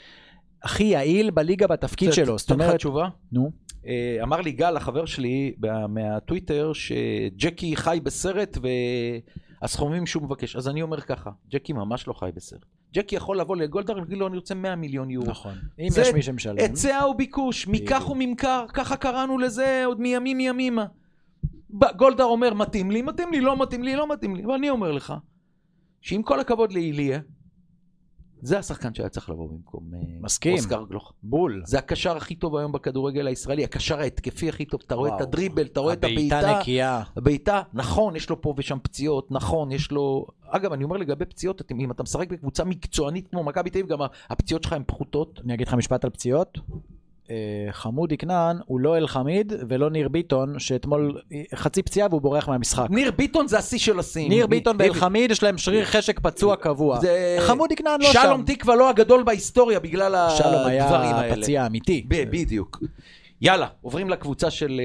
הכי יעיל בליגה בתפקיד שלו. זאת אומרת, תשובה? נו. אמר לי גל, החבר שלי, מהטוויטר, שג'קי חי בסרט והסכומים שהוא מבקש. אז אני אומר ככה, ג'קי ממש לא חי בסרט. ג'קי יכול לבוא לגולדהר ולהגיד לו, אני רוצה מאה מיליון יורו. נכון. אם יש מי שמשלם. היצע וביקוש, מכך וממכר, ככה קראנו לזה עוד מימים מימימה. גולדהר אומר, מתאים לי, מתאים לי, לא מתאים לי, לא מתאים לי. ואני אומר לך, שעם כל הכבוד לאיליה, זה השחקן שהיה צריך לבוא במקום מסכים. אוסקר גלוך. בול. זה הקשר הכי טוב היום בכדורגל הישראלי, הקשר ההתקפי הכי טוב, אתה רואה את הדריבל, אתה רואה את הבעיטה. הבעיטה נקייה. הבעיטה, נכון, יש לו פה ושם פציעות, נכון, יש לו... אגב, אני אומר לגבי פציעות, אם אתה משחק בקבוצה מקצוענית כמו מכבי תל אביב, גם הפציעות שלך הן פחותות. אני אגיד לך משפט על פציעות. חמודי כנען הוא לא אל חמיד ולא ניר ביטון, שאתמול חצי פציעה והוא בורח מהמשחק. ניר ביטון זה השיא של הסין. ניר ביטון ואל חמיד יש להם שריר חשק פצוע קבוע. חמודי כנען לא שם. שלום תקווה לא הגדול בהיסטוריה בגלל הדברים האלה. שלום היה פציעה אמיתי. בדיוק. יאללה, עוברים לקבוצה של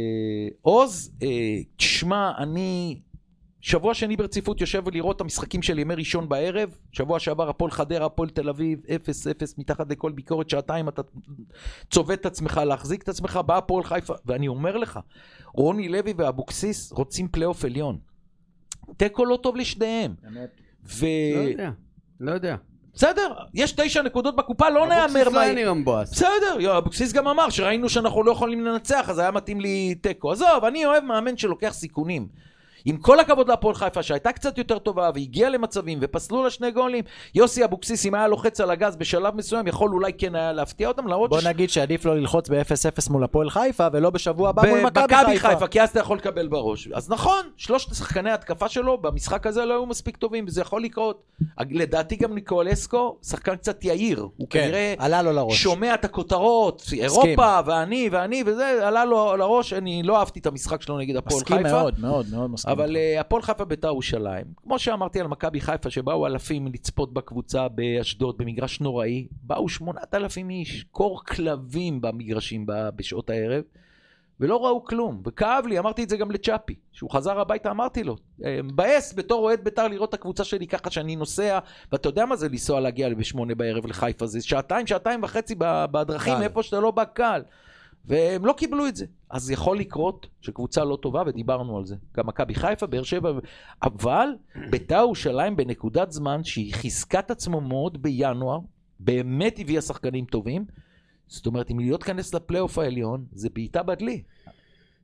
עוז. תשמע, אני... שבוע שני ברציפות יושב ולראות את המשחקים של ימי ראשון בערב, שבוע שעבר הפועל חדרה, הפועל תל אביב, אפס אפס, מתחת לכל ביקורת, שעתיים אתה צובט את עצמך, להחזיק את עצמך, בא הפועל חיפה, ואני אומר לך, רוני לוי ואבוקסיס רוצים פלייאוף עליון. תיקו לא טוב לשניהם. ו... לא יודע, לא יודע. בסדר, יש תשע נקודות בקופה, לא נאמר מה... אבוקסיס לא היה נראה מבואס. בסדר, אבוקסיס גם אמר שראינו שאנחנו לא יכולים לנצח, אז היה מתאים לי תיקו. עזוב, אני אוהב מאמן שלוקח סיכונים. עם כל הכבוד להפועל חיפה שהייתה קצת יותר טובה והגיעה למצבים ופסלו לה שני גולים, יוסי אבוקסיס אם היה לוחץ על הגז בשלב מסוים יכול אולי כן היה להפתיע אותם. בוא ש... נגיד שעדיף לא ללחוץ ב-אפס אפס מול הפועל חיפה ולא בשבוע הבא מול מכבי חיפה. חיפה כי אז אתה יכול לקבל בראש. אז נכון, שלושת שחקני ההתקפה שלו במשחק הזה לא היו מספיק טובים וזה יכול לקרות. לדעתי גם ניקולסקו שחקן קצת יאיר, הוא כן, כנראה עלה לו לראש. שומע את הכותרות אירופה ואני ואני וזה עלה לו לראש. אני לא אהבתי את המשחק שלו נגד הפועל חיפה. מסכים מאוד מאוד מאוד מסכים. אבל הפועל חיפה בית"ר ירושלים, כמו שאמרתי על מכבי חיפה שבאו אלפים לצפות בקבוצה באשדוד במגרש נוראי, באו שמונת אלפים איש, קור כלבים במגרשים בשעות הערב, ולא ראו כלום, וכאב לי, אמרתי את זה גם לצ'אפי, שהוא חזר הביתה, אמרתי לו, מבאס בתור אוהד בית"ר לראות את הקבוצה שלי ככה שאני נוסע, ואתה יודע מה זה לנסוע להגיע בשמונה בערב לחיפה, זה שעתיים, שעתיים וחצי בדרכים, איפה שאתה לא בא קל. והם לא קיבלו את זה. אז יכול לקרות שקבוצה לא טובה, ודיברנו על זה. גם מכבי חיפה, באר שבע, אבל בית"ר ירושלים בנקודת זמן שהיא חיזקת עצמו מאוד בינואר, באמת הביאה שחקנים טובים, זאת אומרת, אם להיות כנס לפלייאוף העליון, זה בעיטה בדלי.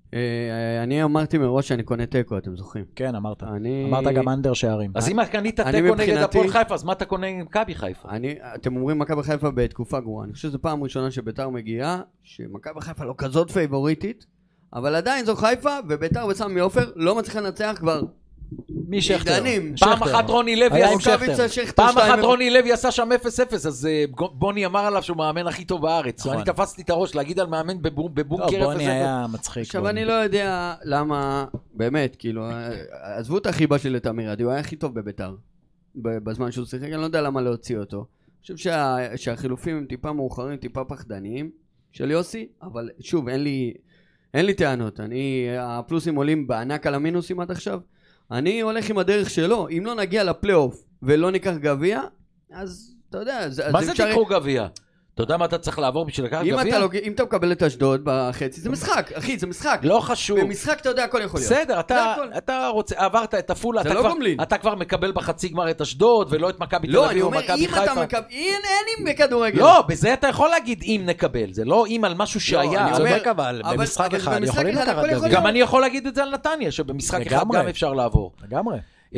אני אמרתי מראש שאני קונה טקו, אתם זוכרים? כן, אמרת. אני... אמרת גם אנדר שערים. אז אם קנית טקו נגד הפועל חיפה, אז מה אתה קונה עם מכבי חיפה? אתם אומרים מכבי חיפה בתקופה גרועה. אני חושב שזו פעם ראשונה שביתר מגיעה, שמכבי חיפה לא כזאת פייבוריטית, אבל עדיין זו חיפה, וביתר וסמי עופר לא מצליחה לנצח כבר מי שכתר? פעם אחת רוני לוי פעם אחת רוני לוי עשה שם אפס אפס, אז בוני אמר עליו שהוא מאמן הכי טוב בארץ. אני תפסתי את הראש להגיד על מאמן בבונקר אפס אפס. בוני היה מצחיק. עכשיו אני לא יודע למה, באמת, כאילו, עזבו את החיבה של תמיר עדי, הוא היה הכי טוב בביתר בזמן שהוא שיחק, אני לא יודע למה להוציא אותו. אני חושב שהחילופים הם טיפה מאוחרים, טיפה פחדניים של יוסי, אבל שוב, אין לי טענות. הפלוסים עולים בענק על המינוסים עד עכשיו. אני הולך עם הדרך שלו, אם לא נגיע לפלייאוף ולא ניקח גביע, אז אתה יודע... מה זה תיקחו גביע? אתה יודע מה אתה צריך לעבור בשביל לקחת גביע? אם אתה מקבל את אשדוד בחצי, זה משחק, אחי, זה משחק. לא חשוב. במשחק אתה יודע, הכל יכול להיות. בסדר, אתה רוצה, עברת את הפולה, אתה כבר מקבל בחצי גמר את אשדוד, ולא את מכבי תל אביב או מכבי חיפה. לא, אני אומר, אם אתה מקבל, אין לי בכדורגל. לא, בזה אתה יכול להגיד אם נקבל, זה לא אם על משהו שהיה. צודק אבל, במשחק אחד יכולים לקחת גביע. גם אני יכול להגיד את זה על נתניה, שבמשחק אחד גם אפשר לעבור. לגמרי.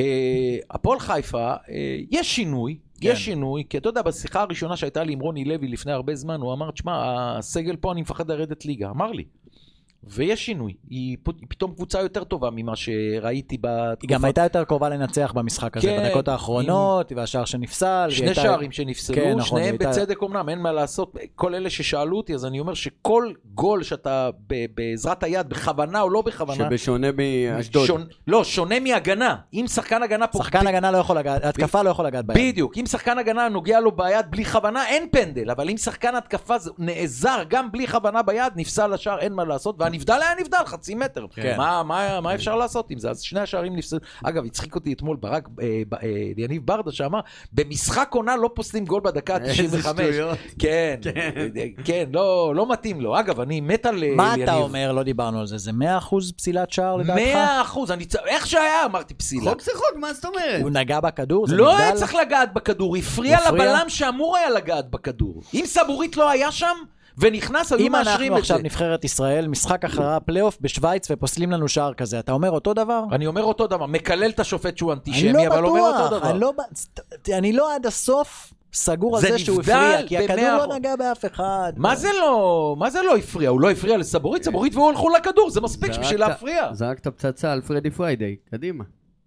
הפועל חיפה, יש שינוי, יש שינוי, כי אתה יודע, בשיחה הראשונה שהייתה לי עם רוני לוי לפני הרבה זמן, הוא אמר, תשמע, הסגל פה אני מפחד לרדת ליגה, אמר לי. ויש שינוי, היא פתאום קבוצה יותר טובה ממה שראיתי בתקופה. היא גם הייתה יותר קרובה לנצח במשחק הזה, בדקות האחרונות, והשאר שנפסל. שני שערים שנפסלו, שניהם בצדק אמנם, אין מה לעשות. כל אלה ששאלו אותי, אז אני אומר שכל גול שאתה בעזרת היד, בכוונה או לא בכוונה. שבשונה מאשדוד. לא, שונה מהגנה. אם שחקן הגנה פה... שחקן הגנה לא יכול לגעת, התקפה לא יכול לגעת ביד. בדיוק, אם שחקן הגנה נוגע לו ביד בלי כוונה, אין פנדל, אבל אם שחקן התקפה נעזר גם בלי כוונה ביד, נפסל לשער, אין מה לעשות, והנבדל היה נבדל חצי מטר. מה, מה, מה אפשר לעשות עם זה? אז שני השערים נפסלו. אגב, הצחיק אותי אתמול ברק, יניב ברדה שאמר, במשחק עונה לא פוסלים גול בדקה תשעים וחמש. כן, כן, לא, לא מתאים לו. אגב, אני מת על יניב. מה אתה אומר? לא דיברנו על זה. זה מאה אחוז פסילת שער לדעתך? מאה אחוז. איך שהיה אמרתי פסילה. חוק זה חוק, מה זאת אומרת? הוא נגע בכדור? לא היה צריך לגעת בכדור. הפריע לבלם שאמור היה לגעת בכדור. אם סבורית לא היה שם, ונכנס, היו מאשרים את זה. אם אנחנו עכשיו נבחרת ישראל, משחק אחרי הפלייאוף בשוויץ, ופוסלים לנו שער כזה, אתה אומר אותו דבר? אני אומר אותו דבר, מקלל את השופט שהוא אנטישמי, אבל אומר אותו דבר. אני לא בטוח, אני לא עד הסוף סגור על זה שהוא הפריע, כי הכדור לא נגע באף אחד. מה זה לא, מה זה לא הפריע? הוא לא הפריע לסבורית, סבורית והוא הלכו לכדור, זה מספיק בשביל להפריע. זרקת פצצה על פרדי פריידי, קדימה.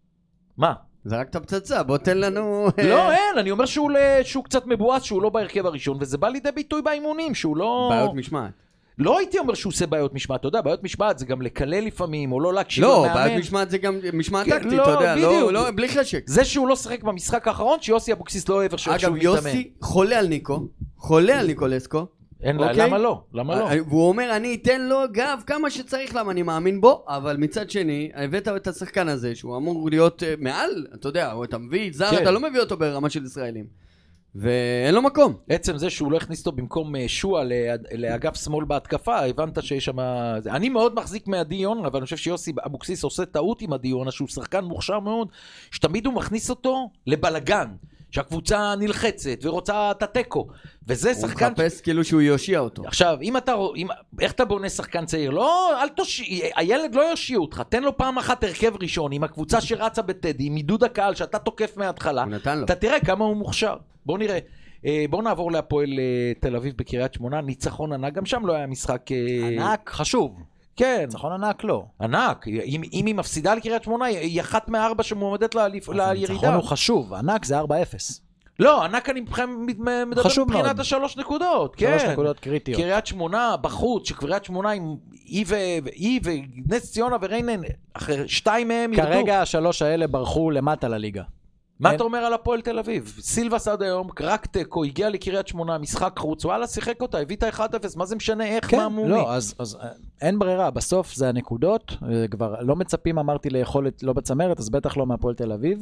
מה? זרקת פצצה, בוא תן לנו... לא, אין, אני אומר שהוא, שהוא קצת מבואס, שהוא לא בהרכב הראשון, וזה בא לידי ביטוי באימונים, שהוא לא... בעיות משמעת. לא הייתי אומר שהוא עושה בעיות משמעת, אתה יודע, בעיות משמעת זה גם לקלל לפעמים, או לא להקשיב למאמן. לא, בעיות משמעת זה גם משמעת טקטית, אתה יודע, לא, לא, בלי חשק. זה שהוא לא שחק במשחק האחרון, שיוסי אבוקסיס לא אוהב שהוא מתאמן. אגב, יוסי חולה על ניקו, חולה על ניקולסקו. אין, למה לא? למה לא? והוא אומר, אני אתן לו גב כמה שצריך, למה אני מאמין בו, אבל מצד שני, הבאת את השחקן הזה, שהוא אמור להיות מעל, אתה יודע, אתה מביא זר, אתה לא מביא אותו ברמה של ישראלים. ואין לו מקום. עצם זה שהוא לא הכניס אותו במקום שועה לאגף שמאל בהתקפה, הבנת שיש שם... אני מאוד מחזיק מהדיון, אבל אני חושב שיוסי אבוקסיס עושה טעות עם הדיון, שהוא שחקן מוכשר מאוד, שתמיד הוא מכניס אותו לבלגן. שהקבוצה נלחצת ורוצה את הטקו, וזה שחקן... הוא מחפש כאילו שהוא יושיע אותו. עכשיו, אם אתה... אם... איך אתה בונה שחקן צעיר? לא, אל תושיע... הילד לא יושיע אותך, תן לו פעם אחת הרכב ראשון, עם הקבוצה שרצה בטדי, עם עידוד הקהל שאתה תוקף מההתחלה. הוא נתן לו. אתה תראה כמה הוא מוכשר. בוא נראה. בוא נעבור להפועל תל אביב בקריית שמונה, ניצחון ענק, גם שם לא היה משחק... ענק, חשוב. כן. ניצחון ענק לא. ענק. אם, אם היא מפסידה לקריית שמונה, היא אחת מהארבע שמועמדת לירידה. הניצחון הוא חשוב, ענק זה ארבע אפס. לא, ענק אני מדבר מבחינת השלוש נקודות. שלוש כן. נקודות קריטיות. קריית שמונה בחוץ, שקריית שמונה עם אי ונס ציונה וריינן, אחרי שתיים מהם ירדו. כרגע השלוש האלה ברחו למטה לליגה. מה אתה אומר על הפועל תל אביב? סילבס עד היום, רק טקו, הגיע לקריית שמונה, משחק חוץ, וואלה, שיחק אותה, הביא את ה-אחד אפס, מה זה משנה, איך, מה מומי? לא, אז, אז אין ברירה, בסוף זה הנקודות, כבר לא מצפים, אמרתי, ליכולת לא בצמרת, אז בטח לא מהפועל תל אביב.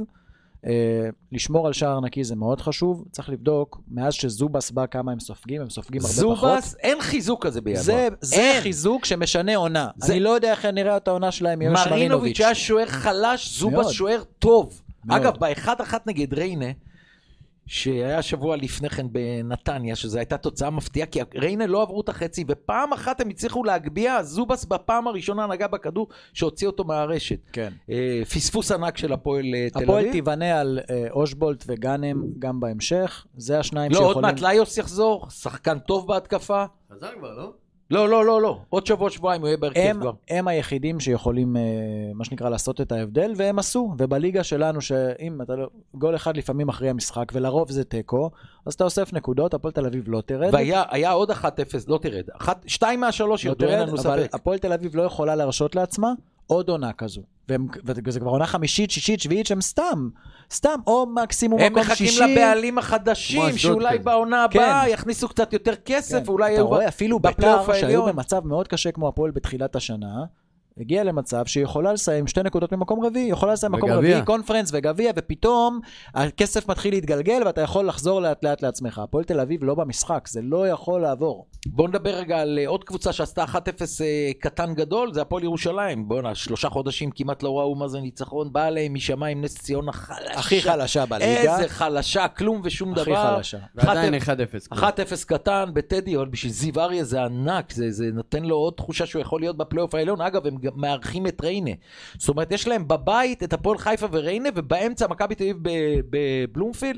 לשמור על שער נקי זה מאוד חשוב, צריך לבדוק, מאז שזובס בא כמה הם סופגים, הם סופגים הרבה פחות. זובס, אין חיזוק כזה בידו. זה, זה חיזוק שמשנה עונה. זה... אני לא יודע איך נראה את העונה שלהם, יוש מרינוביץ'. מרינוביץ' היה שוער חלש, זובס שוער טוב. מאוד. אגב, באחד אחת נגד ריינה, שהיה שבוע לפני כן בנתניה, שזו הייתה תוצאה מפתיעה, כי ריינה לא עברו את החצי, ופעם אחת הם הצליחו להגביע, זובס בפעם הראשונה נגע בכדור, שהוציא אותו מהרשת. כן. פספוס ענק של הפועל תל אביב. הפועל תיבנה על אושבולט וגאנם גם בהמשך, זה השניים לא, שיכולים... עוד מעט ליוס יחזור, שחקן טוב בהתקפה. חזר כבר, לא? לא, לא, לא, לא. עוד שבוע, שבועיים הוא יהיה בהרכב כבר. הם היחידים שיכולים, מה שנקרא, לעשות את ההבדל, והם עשו. ובליגה שלנו, שאם אתה לא... גול אחד לפעמים אחרי המשחק, ולרוב זה טקו, אז אתה אוסף נקודות, הפועל תל אביב לא תרד. והיה עוד אחת אפס, לא תרד. שתיים מהשלוש ירדו, אין לנו ספק. אבל הפועל תל אביב לא יכולה להרשות לעצמה עוד עונה כזו. וזה כבר עונה חמישית, שישית, שביעית, שהם סתם, סתם, או מקסימום מקום שישי. הם מחכים לבעלים החדשים, שאולי בעונה הבאה יכניסו קצת יותר כסף, אולי אתה רואה, אפילו בית"ר, שהיו במצב מאוד קשה כמו הפועל בתחילת השנה, הגיע למצב שיכולה לסיים שתי נקודות ממקום רביעי, יכולה לסיים מקום רביעי, קונפרנס וגביע, ופתאום הכסף מתחיל להתגלגל, ואתה יכול לחזור לאט לאט לעצמך. הפועל תל אביב לא במשחק, זה לא יכול לעבור. בוא נדבר רגע על עוד קבוצה שעשתה אחת אפס קטן גדול, זה הפועל ירושלים. בוא נה, שלושה חודשים כמעט לא ראו מה זה ניצחון, בא עליהם משמיים נס ציונה חלשה. הכי חלשה בליגה. איזה חלשה, כלום ושום דבר. הכי חלשה. ועדיין אחד אפס. אחת אפס קטן בטדי, אבל בשביל זיו אריה זה ענק, זה, זה נותן לו עוד תחושה שהוא יכול להיות בפלייאוף העליון. אגב, הם מארחים את ריינה. זאת אומרת, יש להם בבית את הפועל חיפה וריינה, ובאמצע מכבי תל אביב בבלומפילד.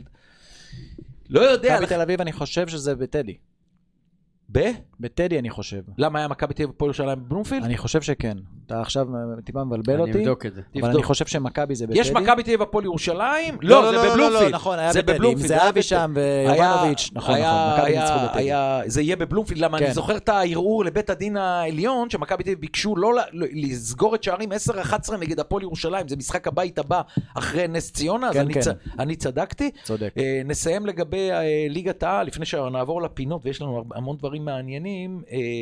לא יודע. מכבי תל אביב אני חושב שזה בטדי. ב? בטדי אני חושב. למה היה מכבי תל אביב הפועל ירושלים בבלומפילד? אני חושב שכן. אתה עכשיו טיפה מבלבל אותי. אני אבדוק את זה. אבל אני חושב שמכבי זה בטדי. יש מכבי תל אביב הפועל ירושלים? לא, זה בבלומפילד. נכון, היה בטדי. עם זהבי שם ויובנוביץ'. נכון, נכון. מכבי ניצחו בטדי. זה יהיה בבלומפילד. למה אני זוכר את הערעור לבית הדין העליון, שמכבי תל אביב ביקשו לא לסגור את שערים עשר אחת עשרה נגד הפועל ירושלים. זה משחק הבית הבא אחרי נס ציונה, אז אני צדקתי. צודק. נסיים לגבי ליגת העל, לפני שנעבור לפינות, ויש לנו המון דברים מעניינים.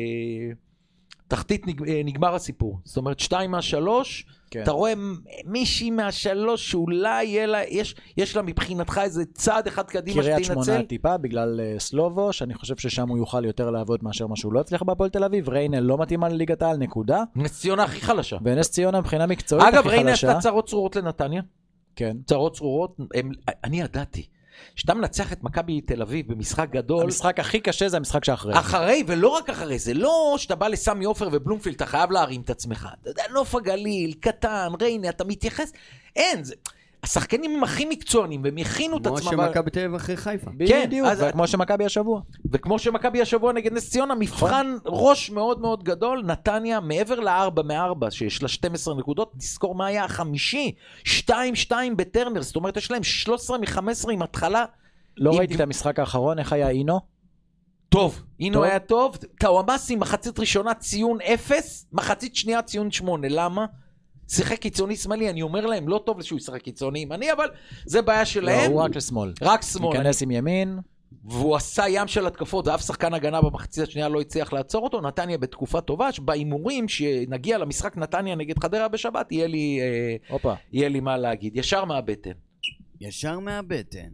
תחתית נגמר הסיפור, זאת אומרת שתיים מהשלוש, אתה רואה מישהי מהשלוש שאולי יש לה מבחינתך איזה צעד אחד קדימה שתנצל. קריית שמונה טיפה בגלל סלובו, שאני חושב ששם הוא יוכל יותר לעבוד מאשר מה שהוא לא הצליח בהפועל תל אביב. ריינה לא מתאימה לליגת העל, נקודה. נס ציונה הכי חלשה. ונס ציונה מבחינה מקצועית הכי חלשה. אגב, ריינה עשתה צרות צרורות לנתניה. כן. צרות צרורות, אני ידעתי. שאתה מנצח את מכבי תל אביב במשחק גדול. המשחק הכי קשה זה המשחק שאחרי. אחרי, ולא רק אחרי, זה לא שאתה בא לסמי עופר ובלומפילד, אתה חייב להרים את עצמך. אתה יודע, נוף הגליל, קטן, ריינה, אתה מתייחס. אין, זה... השחקנים הם הכי מקצוענים, והם הכינו את עצמם. כמו שמכבי תל אביב אחרי חיפה. בדיוק, וכמו שמכבי השבוע. וכמו שמכבי השבוע נגד נס ציונה, מבחן ראש מאוד מאוד גדול, נתניה מעבר לארבע מארבע, שיש לה שתים עשרה נקודות, תזכור מה היה החמישי, שתיים שתיים בטרנר, זאת אומרת, יש להם שלוש עשרה מחמש עשרה עם התחלה. לא ראיתי את המשחק האחרון, איך היה אינו? טוב, אינו היה טוב, טאוואמאסי מחצית ראשונה ציון אפס, מחצית שנייה ציון שמונה, למה? שיחק קיצוני שמאלי, אני אומר להם, לא טוב שהוא ישחק קיצוני ימני, אבל זה בעיה שלהם. לא, הוא רק לשמאל. רק שמאל. ניכנס עם ימין. והוא עשה ים של התקפות, ואף שחקן הגנה במחצית השנייה לא הצליח לעצור אותו. נתניה בתקופה טובה, שבאימורים שנגיע למשחק נתניה נגד חדרה בשבת, יהיה לי, אה, יהיה לי מה להגיד. ישר מהבטן. ישר מהבטן.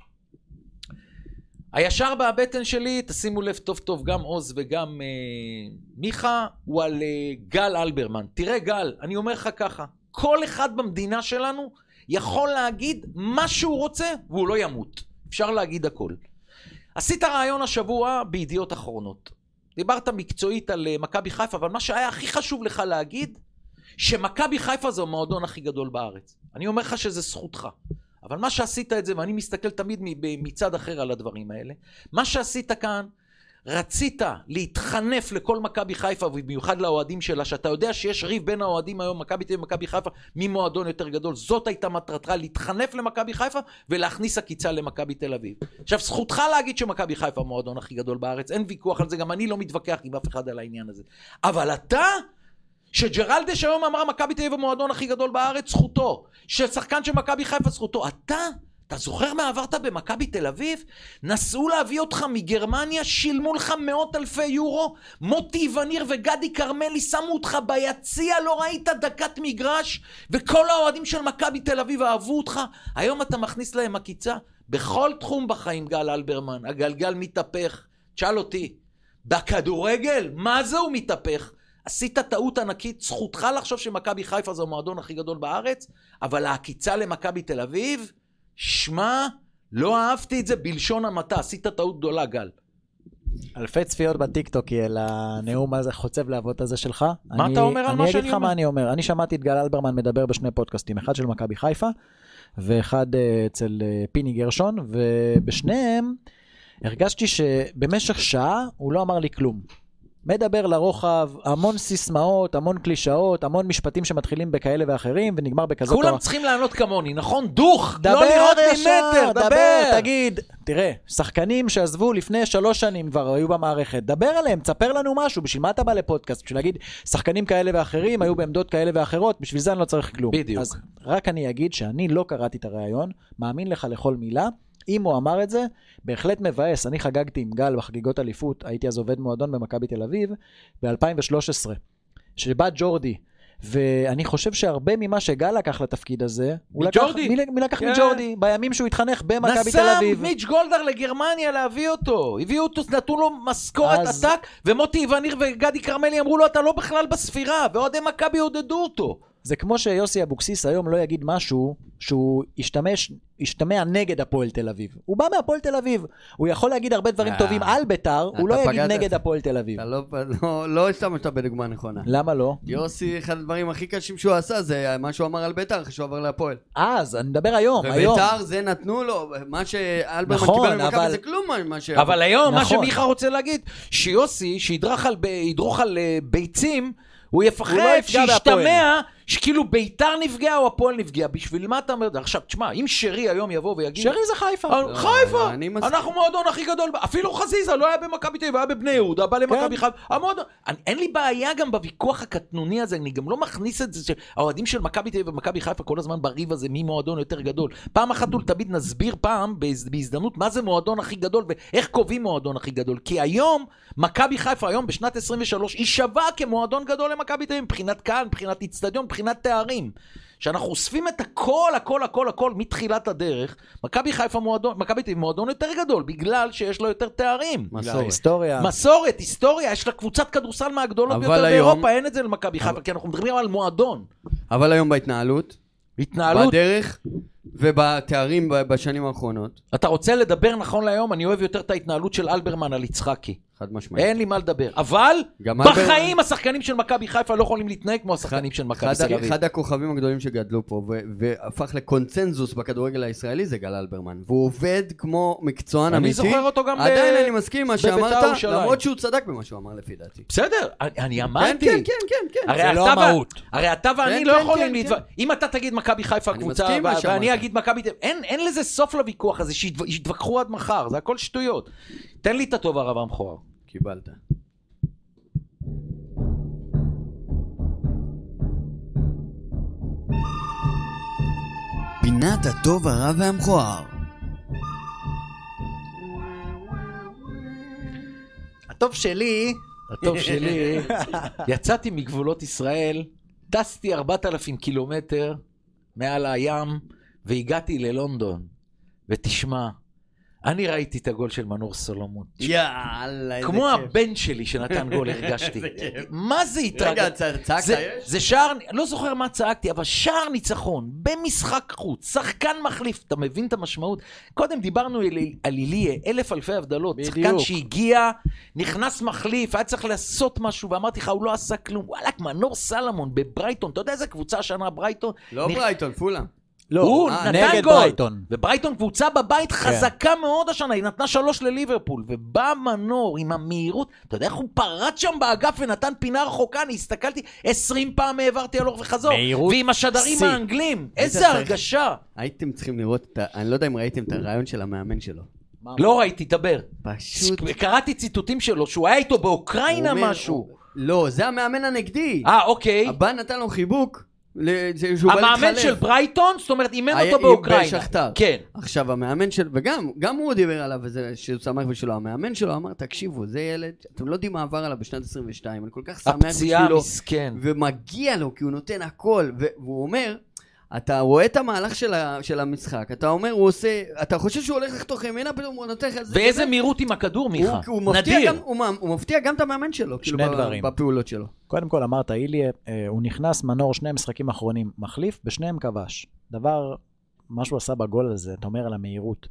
הישר בהבטן שלי, תשימו לב טוב טוב, גם עוז וגם אה, מיכה, הוא על אה, גל אלברמן. תראה גל, אני אומר לך ככה, כל אחד במדינה שלנו יכול להגיד מה שהוא רוצה, והוא לא ימות. אפשר להגיד הכל. עשית רעיון השבוע בידיעות אחרונות. דיברת מקצועית על uh, מכבי חיפה, אבל מה שהיה הכי חשוב לך להגיד, שמכבי חיפה זה המועדון הכי גדול בארץ. אני אומר לך שזה זכותך. אבל מה שעשית את זה, ואני מסתכל תמיד מצד אחר על הדברים האלה, מה שעשית כאן, רצית להתחנף לכל מכבי חיפה, ובמיוחד לאוהדים שלה, שאתה יודע שיש ריב בין האוהדים היום, מכבי תל אביב ומכבי חיפה, ממועדון יותר גדול. זאת הייתה מטרתך, להתחנף למכבי חיפה, ולהכניס עקיצה למכבי תל אביב. עכשיו, זכותך להגיד שמכבי חיפה המועדון הכי גדול בארץ, אין ויכוח על זה, גם אני לא מתווכח עם אף אחד על העניין הזה. אבל אתה... שג'רלדש היום אמר מכבי תל אביב המועדון הכי גדול בארץ, זכותו. ששחקן של מכבי חיפה, זכותו. אתה, אתה זוכר מה עברת במכבי תל אביב? נסעו להביא אותך מגרמניה, שילמו לך מאות אלפי יורו, מוטי וניר וגדי קרמלי שמו אותך ביציע, לא ראית דקת מגרש, וכל האוהדים של מכבי תל אביב אהבו אותך. היום אתה מכניס להם עקיצה. בכל תחום בחיים, גל אלברמן, הגלגל מתהפך. תשאל אותי, בכדורגל, מה זה הוא מתהפך? עשית טעות ענקית, זכותך לחשוב שמכבי חיפה זה המועדון הכי גדול בארץ, אבל העקיצה למכבי תל אביב, שמה, לא אהבתי את זה בלשון המעטה, עשית טעות גדולה, גל. אלפי צפיות בטיקטוק על הנאום הזה, חוצב להבות הזה שלך. מה אני, אתה אומר על מה שאני אומר? אני אגיד לך מה אני אומר. אני שמעתי את גל אלברמן מדבר בשני פודקאסטים, אחד של מכבי חיפה, ואחד אצל פיני גרשון, ובשניהם הרגשתי שבמשך שעה הוא לא אמר לי כלום. מדבר לרוחב, המון סיסמאות, המון קלישאות, המון משפטים שמתחילים בכאלה ואחרים, ונגמר בכזאת... כולם או... צריכים לענות כמוני, נכון? דוך, דבר לא לראות ישר, ממטר, דבר. דבר, תגיד, תראה, שחקנים שעזבו לפני שלוש שנים כבר היו במערכת, דבר עליהם, תספר לנו משהו, בשביל מה אתה בא לפודקאסט? בשביל להגיד, שחקנים כאלה ואחרים היו בעמדות כאלה ואחרות, בשביל זה אני לא צריך כלום. בדיוק. אז רק אני אגיד שאני לא קראתי את הרעיון, מאמין לך לכל מילה, אם הוא אמר את זה, בהחלט מבאס. אני חגגתי עם גל בחגיגות אליפות, הייתי אז עובד מועדון במכבי תל אביב, ב-אלפיים ושלוש עשרה, שבא ג'ורדי, ואני חושב שהרבה ממה שגל לקח לתפקיד הזה, הוא לקח, מי, מי לקח כן. מג'ורדי, בימים שהוא התחנך במכבי תל אביב. נסע מיץ' גולדהר לגרמניה להביא אותו, הביאו אותו, נתנו לו משכורת אז... עתק, ומוטי איווניר וגדי קרמלי אמרו לו, אתה לא בכלל בספירה, ועודי מכבי עודדו אותו. זה כמו שיוסי אבוקסיס היום לא יגיד משהו שהוא ישתמש, ישתמע נגד הפועל תל אביב. הוא בא מהפועל תל אביב. הוא יכול להגיד הרבה דברים טובים על ביתר, הוא לא יגיד נגד הפועל תל אביב. אתה לא השתמשת בדוגמה נכונה. למה לא? יוסי, אחד הדברים הכי קשים שהוא עשה, זה מה שהוא אמר על ביתר, אחרי שהוא עבר להפועל. אז, אני מדבר היום. וביתר זה נתנו לו, מה שאלברמן קיבל ממכבי זה כלום מה ש... אבל היום, מה שמיכה רוצה להגיד, שיוסי, שידרוך על ביצים, הוא יפחד שישתמע שכאילו ביתר נפגע או הפועל נפגע. בשביל מה אתה אומר? עכשיו, תשמע, אם שרי היום יבוא ויגיד... שרי זה חיפה. חיפה! אנחנו מועדון הכי גדול. אפילו חזיזה לא היה במכבי תל אביב, היה בבני יהודה, בא למכבי חיפה. המועדון... אין לי בעיה גם בוויכוח הקטנוני הזה, אני גם לא מכניס את זה שהאוהדים של מכבי תל אביב ומכבי חיפה כל הזמן בריב הזה, מי מועדון יותר גדול. פעם אחת ולתמיד נסביר פעם, בהזדמנות, מה זה מועדון הכי גדול ואיך קובעים מועדון הכי גדול. כי היום, מכבי חיפה היום בשנת עשרים ושלוש, היא שווה כמועדון גדול למכבי תל אביב, מבחינת קהל, מבחינת אצטדיון, מבחינת תארים. שאנחנו אוספים את הכל, הכל, הכל, הכל מתחילת הדרך. מכבי חיפה מועדון, מכבי תל אביב מועדון יותר גדול, בגלל שיש לו יותר תארים. מסורת. היסטוריה. מסורת, היסטוריה, יש לה קבוצת כדורסל מהגדולות ביותר באירופה, אין את זה למכבי חיפה, כי אנחנו מדברים על מועדון. אבל היום בהתנהלות, התנהלות, בדרך ובתארים בשנים האחרונות. אתה רוצה לדבר נכון להיום, אני אוהב יותר את ההתנהלות של אלברמן על יצחקי. חד משמעית. אין לי מה לדבר. אבל בחיים השחקנים של מכבי חיפה לא יכולים להתנהג כמו השחקנים של מכבי תל אביב. אחד הכוכבים הגדולים שגדלו פה והפך לקונצנזוס בכדורגל הישראלי זה גל אלברמן. והוא עובד כמו מקצוען אמיתי. אני זוכר אותו גם עדיין אני מסכים מה שאמרת, למרות שהוא צדק במה שהוא אמר לפי דעתי. בסדר, אני אמרתי. כן, כן, כן, כן. זה לא המהות. הרי אתה ואני לא יכולים להתווכח. אם אתה תגיד מכבי חיפה קבוצה ואני אגיד מכבי תל אביב, אין לזה סוף לוויכוח הזה שיתווכחו עד מחר, זה הכל שטויות. תן לי את הטוב הרב המכוער. קיבלת. פינת הטוב הרע והמכוער. הטוב שלי, הטוב שלי, יצאתי מגבולות ישראל, טסתי ארבעת אלפים קילומטר מעל הים והגעתי ללונדון. ותשמע, אני ראיתי את הגול של מנור סולומון. יאללה, איזה כיף. כמו הבן שלי שנתן גול, הרגשתי. מה זה התרגש? רגע, צעקת יש? זה שער, לא זוכר מה צעקתי, אבל שער ניצחון, במשחק חוץ, שחקן מחליף, אתה מבין את המשמעות? קודם דיברנו על איליה, אלף אלפי הבדלות, שחקן שהגיע, נכנס מחליף, היה צריך לעשות משהו, ואמרתי לך, הוא לא עשה כלום. וואלק, מנור סולומון בברייטון, אתה יודע איזה קבוצה השנה ברייטון? לא ברייטון, פולה. לא, הוא נתן גול, ברייטון. וברייטון קבוצה בבית חזקה מאוד השנה, היא נתנה שלוש לליברפול, ובא מנור עם המהירות, אתה יודע איך הוא פרץ שם באגף ונתן פינה רחוקה, אני הסתכלתי, עשרים פעם העברתי הלוך וחזור, ועם השדרים האנגלים, איזה הרגשה. הייתם צריכים לראות, אני לא יודע אם ראיתם את הרעיון של המאמן שלו. לא ראיתי, דבר. פשוט. קראתי ציטוטים שלו, שהוא היה איתו באוקראינה משהו. לא, זה המאמן הנגדי. אה, אוקיי. הבא נתן לו חיבוק. המאמן של ברייטון, זאת אומרת, אימן אותו באוקראינה. כן. עכשיו, המאמן של, וגם, גם הוא דיבר עליו, שהוא שמח בשבילו, המאמן שלו אמר, תקשיבו, זה ילד, אתם לא יודעים מה עבר עליו בשנת עשרים ושתיים, אני כל כך שמח בשבילו. הפציעה מסכן. ומגיע לו, כי הוא נותן הכל, והוא אומר, אתה רואה את המהלך של, ה, של המשחק, אתה אומר, הוא עושה, אתה חושב שהוא הולך לחתוך ימינה, פתאום הוא נותן לך... ואיזה מהירות עם הכדור, מיכה? הוא, הוא מפתיע גם, הוא, הוא מפתיע גם את המאמן שלו, שני כאילו דברים. בפעולות שלו. קודם כל אמרת, איליה, הוא נכנס מנור שני משחקים האחרונים, מחליף, בשניהם כבש. דבר, מה שהוא עשה בגול הזה, אתה אומר על המהירות.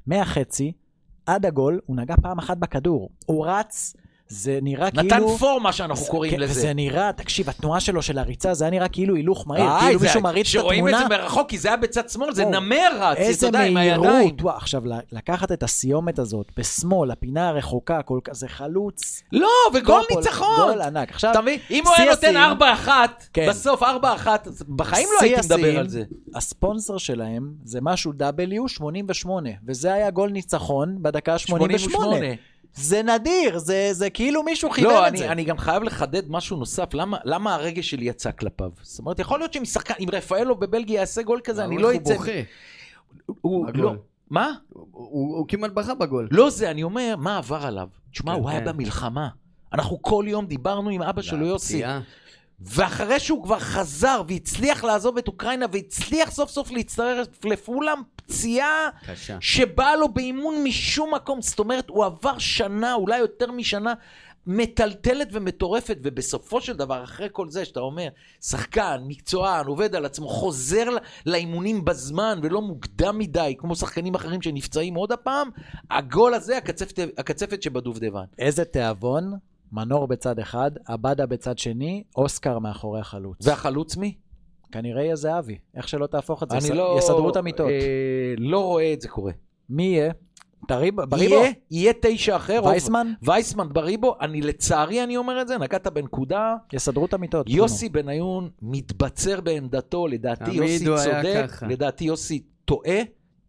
מהחצי עד הגול, הוא נגע פעם אחת בכדור. הוא רץ, זה נראה כאילו... נתן פורמה שאנחנו קוראים לזה. זה נראה, תקשיב, התנועה שלו של הריצה, זה היה נראה כאילו הילוך מהיר, כאילו מישהו מריץ את התמונה. שרואים את זה מרחוק, כי זה היה בצד שמאל, זה נמר רץ, איזה מהירות. עכשיו, לקחת את הסיומת הזאת, בשמאל, הפינה הרחוקה, זה חלוץ. לא, וגול ניצחון. גול ענק. עכשיו, אם הוא היה נותן ארבע אחת, בסוף ארבע אחת, בחיים לא הייתי מדבר על זה. הספונסר שלהם זה משהו דאבליו שמונים ושמונה, וזה היה גול ניצחון בדקה שמונים ושמונה. זה נדיר, זה, זה כאילו מישהו חיבר לא, את אני, זה. אני גם חייב לחדד משהו נוסף, למה, למה הרגש שלי יצא כלפיו? זאת אומרת, יכול להיות שמשחקן, אם רפאלו בבלגיה יעשה גול כזה, אני לא יצא... הוא בוכה. הוא, לא, מה? הוא, הוא, הוא כמעט בכה בגול. לא זה, אני אומר, מה עבר עליו? תשמע, הוא היה במלחמה. אנחנו כל יום דיברנו עם אבא שלו יוסי. ואחרי שהוא כבר חזר והצליח לעזוב את אוקראינה והצליח סוף סוף להצטרף לפולם, פציעה שבאה לו באימון משום מקום, זאת אומרת הוא עבר שנה, אולי יותר משנה, מטלטלת ומטורפת, ובסופו של דבר אחרי כל זה שאתה אומר, שחקן, מקצוען, עובד על עצמו, חוזר לאימונים בזמן ולא מוקדם מדי, כמו שחקנים אחרים שנפצעים עוד הפעם, הגול הזה, הקצפת, הקצפת שבדובדבן. איזה תיאבון? מנור בצד אחד, אבדה בצד שני, אוסקר מאחורי החלוץ. והחלוץ מי? כנראה יהיה זהבי. איך שלא תהפוך את זה, אני לא, יסדרו את המיטות. אה, לא רואה את זה קורה. מי יהיה? בריבו? יהיה, יהיה תשע אחר. וייסמן? וייסמן בריבו, אני לצערי אני אומר את זה, נגעת בנקודה. יסדרו את המיטות. יוסי בניון מתבצר בעמדתו, לדעתי יוסי צודק, לדעתי יוסי טועה,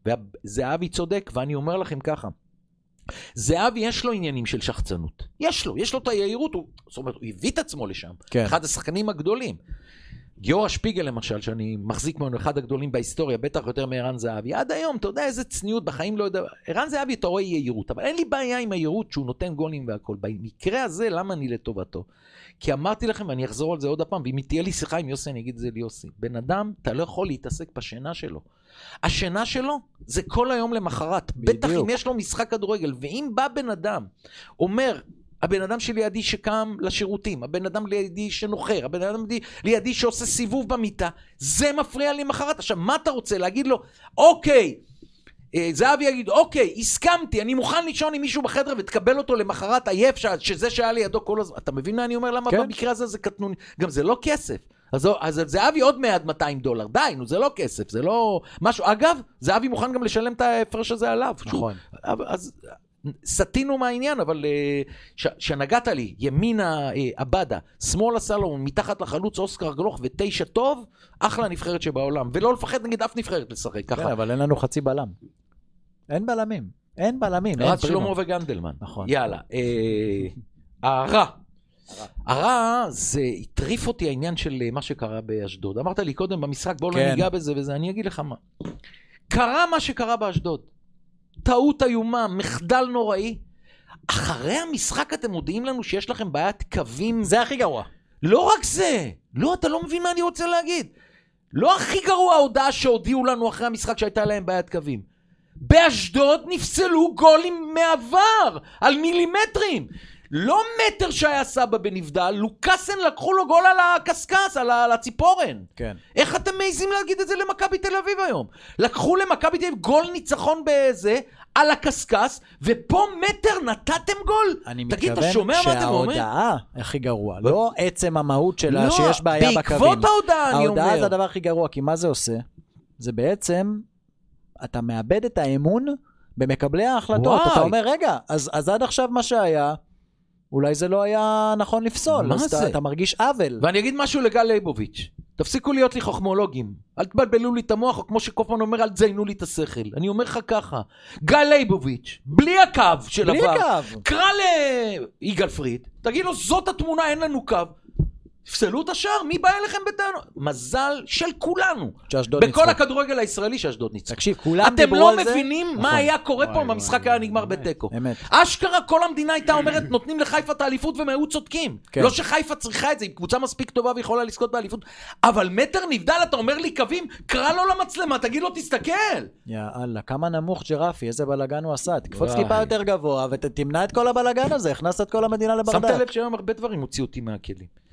וזהבי צודק, ואני אומר לכם ככה. זהבי יש לו עניינים של שחצנות, יש לו, יש לו את היעירות, הוא, זאת אומרת, הוא הביא את עצמו לשם, כן. אחד השחקנים הגדולים. גיורא שפיגל למשל, שאני מחזיק ממנו אחד הגדולים בהיסטוריה, בטח יותר מערן זהבי, עד היום, אתה יודע איזה צניעות בחיים לא יודע, ערן זהבי אתה רואה יעירות, אבל אין לי בעיה עם היעירות שהוא נותן גולים והכל, במקרה הזה למה אני לטובתו? כי אמרתי לכם, ואני אחזור על זה עוד הפעם, ואם תהיה לי שיחה עם יוסי, אני אגיד את זה ליוסי, בן אדם, אתה לא יכול להתעסק בשינה שלו, השינה שלו זה כל היום למחרת, בטח אם יש לו משחק כדורגל, ואם בא בן אדם, אומר, הבן אדם שלידי שקם לשירותים, הבן אדם לידי שנוחר, הבן אדם לידי שעושה סיבוב במיטה, זה מפריע לי מחרת. עכשיו, מה אתה רוצה? להגיד לו, אוקיי, זהבי יגיד, אוקיי, הסכמתי, אני מוכן לישון עם מישהו בחדר ותקבל אותו למחרת עייף, שזה שהיה לידו כל הזמן. אתה מבין מה אני אומר? למה כן. במקרה הזה זה קטנוני? גם זה לא כסף. אז, אז זהבי עוד מאה עד מאתיים דולר, די, נו, זה לא כסף, זה לא משהו. אגב, זהבי מוכן גם לשלם את ההפרש הזה עליו. נכון. שוב, אז סתינו מהעניין, אבל ש, שנגעת לי, ימינה אבדה, שמאלה סלומון, מתחת לחלוץ אוסקר גלוך ותשע טוב, אחלה נבחרת שבעולם, ולא לפחד נגד אף נבחרת לשחק ככה. כן, אבל אין לנו חצי בלם. אין בלמים, אין בלמים. רץ שלמה וגנדלמן. נכון. יאללה, הרע. הרע זה הטריף אותי העניין של מה שקרה באשדוד. אמרת לי קודם במשחק, בואו לא ניגע בזה וזה, אני אגיד לך מה. קרה מה שקרה באשדוד. טעות איומה, מחדל נוראי. אחרי המשחק אתם מודיעים לנו שיש לכם בעיית קווים. זה הכי גרוע. לא רק זה. לא, אתה לא מבין מה אני רוצה להגיד. לא הכי גרוע ההודעה שהודיעו לנו אחרי המשחק שהייתה להם בעיית קווים. באשדוד נפסלו גולים מעבר על מילימטרים. לא מטר שהיה סבא בנבדל, לוקאסן לקחו לו גול על הקסקס, על הציפורן. כן. איך אתם מעיזים להגיד את זה למכבי תל אביב היום? לקחו למכבי תל אביב גול ניצחון בזה, על הקסקס, ופה מטר נתתם גול? אני תגיד, מתכוון אתה שומע מה אתם אומרים? שההודעה הכי גרוע, לא עצם המהות שלה לא, שיש בעיה בקווים. בעקבות ההודעה אני אומר. ההודעה זה הדבר הכי גרוע, כי מה זה עושה? זה בעצם, אתה מאבד את האמון במקבלי ההחלטות. וואי. אתה אומר, רגע, אז, אז עד עכשיו מה שהיה, אולי זה לא היה נכון לפסול. מה אז זה? אתה, אתה מרגיש עוול. ואני אגיד משהו לגל ליבוביץ'. תפסיקו להיות לי חוכמולוגים. אל תבלבלו לי את המוח, או כמו שקופמן אומר, אל תזיינו לי את השכל. אני אומר לך ככה, גל ליבוביץ', בלי הקו של בלי עבר, הקו. קרא ליגאל פריד, תגיד לו, זאת התמונה, אין לנו קו. תפסלו את השאר, מי בא אליכם בטענות? מזל של כולנו. שאשדוד ניצחו. בכל הכדורגל הישראלי שאשדוד ניצחו. תקשיב, כולם אתם דיברו לא על זה. מבינים מה נכון. היה קורה פה, וואי, אם המשחק וואי, היה נגמר וואי. בתיקו. אמת. אשכרה כל המדינה הייתה אומרת, נותנים לחיפה את האליפות והם היו צודקים. כן. לא שחיפה צריכה את זה, היא קבוצה מספיק טובה ויכולה לזכות באליפות. אבל מטר נבדל, אתה אומר לי קווים, קרא לו למצלמה, תגיד לו תסתכל. יאללה, כמה נמוך ג'רפי, איזה בלגן הוא עשה. תקפוץ וואי. טיפה יותר גבוה ותמנע את כל הבלגן הזה, הכנסת את כל המדינה לברדק. שמת לב שהיום הרבה דברים הוציאו אותי מהכלים. בסדר.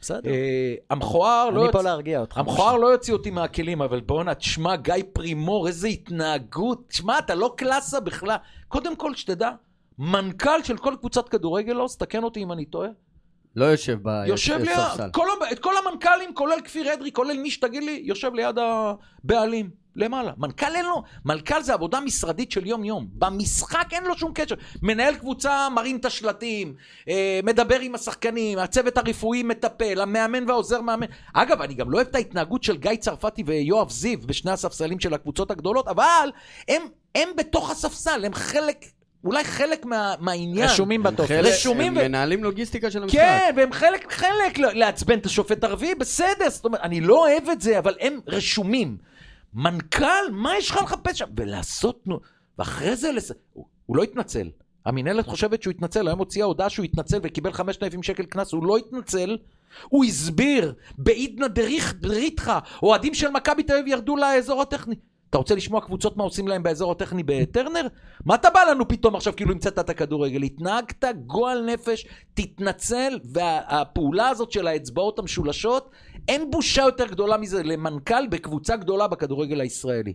המכוער לא אני פה יוצא... להרגיע אותך. המכוער לא יוציא אותי מהכלים, אבל בואו תשמע, גיא פרימור, איזה התנהגות. תשמע, אתה לא קלאסה בכלל. קודם כל, שתדע, מנכ"ל של כל קבוצת כדורגל, לא, תקן אותי אם אני טועה. לא יושב ב... יושב ליד, כל, את כל המנכ"לים, כולל כפיר אדרי, כולל מי שתגיד לי, יושב ליד הבעלים, למעלה. מנכ"ל אין לו, מנכ"ל זה עבודה משרדית של יום יום. במשחק אין לו שום קשר. מנהל קבוצה מרים את השלטים, אה, מדבר עם השחקנים, הצוות הרפואי מטפל, המאמן והעוזר מאמן. אגב, אני גם לא אוהב את ההתנהגות של גיא צרפתי ויואב זיו בשני הספסלים של הקבוצות הגדולות, אבל הם, הם בתוך הספסל, הם חלק... אולי חלק מה, מהעניין. רשומים בטופס. רשומים הם ו... מנהלים לוגיסטיקה של המשחק. כן, והם חלק, חלק לעצבן את השופט הרביעי, בסדר, זאת אומרת, אני לא אוהב את זה, אבל הם רשומים. מנכ"ל, מה יש לך לחפש שם? ולעשות, ואחרי זה, לס... הוא, הוא לא התנצל. המנהלת חושבת שהוא התנצל, היום הוציאה הודעה שהוא התנצל וקיבל חמשת אלפים שקל קנס, הוא לא התנצל, הוא הסביר, בעידנא דריתחא, אוהדים של מכבי תל אביב ירדו לאזור הטכני. אתה רוצה לשמוע קבוצות מה עושים להם באזור הטכני בטרנר? מה אתה בא לנו פתאום עכשיו כאילו המצאת את הכדורגל? התנהגת גועל נפש, תתנצל, והפעולה הזאת של האצבעות המשולשות, אין בושה יותר גדולה מזה למנכ"ל בקבוצה גדולה בכדורגל הישראלי.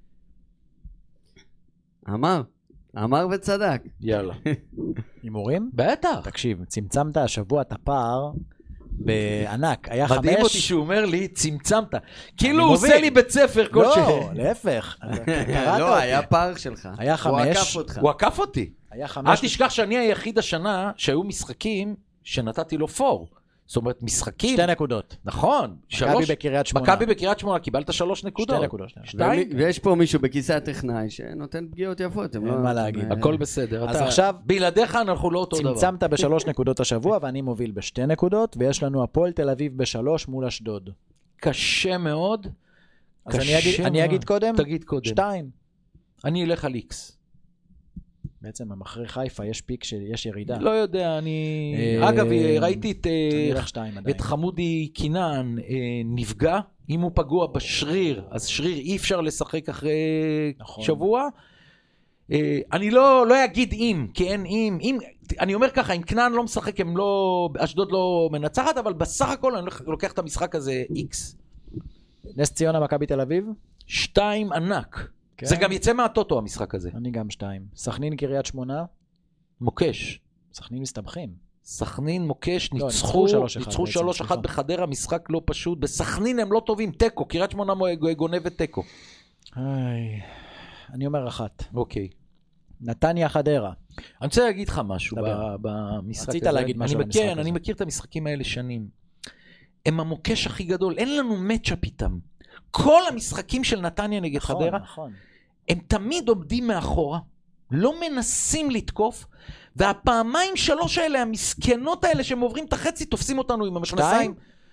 אמר, אמר וצדק. יאללה. הימורים? בטח. תקשיב, צמצמת השבוע את הפער בענק, היה חמש... מדהים אותי שהוא אומר לי, צמצמת. כאילו הוא עושה לי בית ספר כל ש... לא, להפך. לא, היה פער שלך. היה חמש. הוא עקף אותך. הוא עקף אותי. היה חמש. אל תשכח שאני היחיד השנה שהיו משחקים שנתתי לו פור. זאת אומרת, משחקים... שתי נקודות. נכון. מכבי בקריית שמונה. מכבי בקריית שמונה, קיבלת שלוש נקודות. שתי נקודות. שתיים. ויש פה מישהו בכיסא הטכנאי שנותן פגיעות יפות. אין מה להגיד. הכל בסדר. אז עכשיו... בלעדיך אנחנו לא אותו דבר. צמצמת בשלוש נקודות השבוע, ואני מוביל בשתי נקודות, ויש לנו הפועל תל אביב בשלוש מול אשדוד. קשה מאוד. אז אני אגיד קודם? תגיד קודם. שתיים. אני אלך על איקס. בעצם המחרי חיפה יש פיק שיש ירידה. לא יודע, אני... אגב, ראיתי את חמודי קינן נפגע, אם הוא פגוע בשריר, אז שריר אי אפשר לשחק אחרי שבוע. אני לא אגיד אם, כי אין אם, אני אומר ככה, אם קינן לא משחק, הם לא, אשדוד לא מנצחת, אבל בסך הכל אני לוקח את המשחק הזה איקס. נס ציונה מכבי תל אביב? שתיים ענק. זה גם יצא מהטוטו המשחק הזה. אני גם שתיים. סכנין קריית שמונה? מוקש. סכנין מסתבכים. סכנין מוקש, ניצחו שלוש אחת בחדרה, משחק לא פשוט. בסכנין הם לא טובים, טקו, קריית שמונה גונבת טקו. אני אומר אחת. אוקיי. נתניה חדרה. אני רוצה להגיד לך משהו במשחק הזה. רצית להגיד משהו במשחק הזה. כן, אני מכיר את המשחקים האלה שנים. הם המוקש הכי גדול, אין לנו מצ'אפ איתם. כל המשחקים של נתניה נגד נכון, חדרה, נכון. הם תמיד עומדים מאחורה, לא מנסים לתקוף, והפעמיים שלוש האלה, המסכנות האלה שהם עוברים את החצי, תופסים אותנו עם המכנסיים.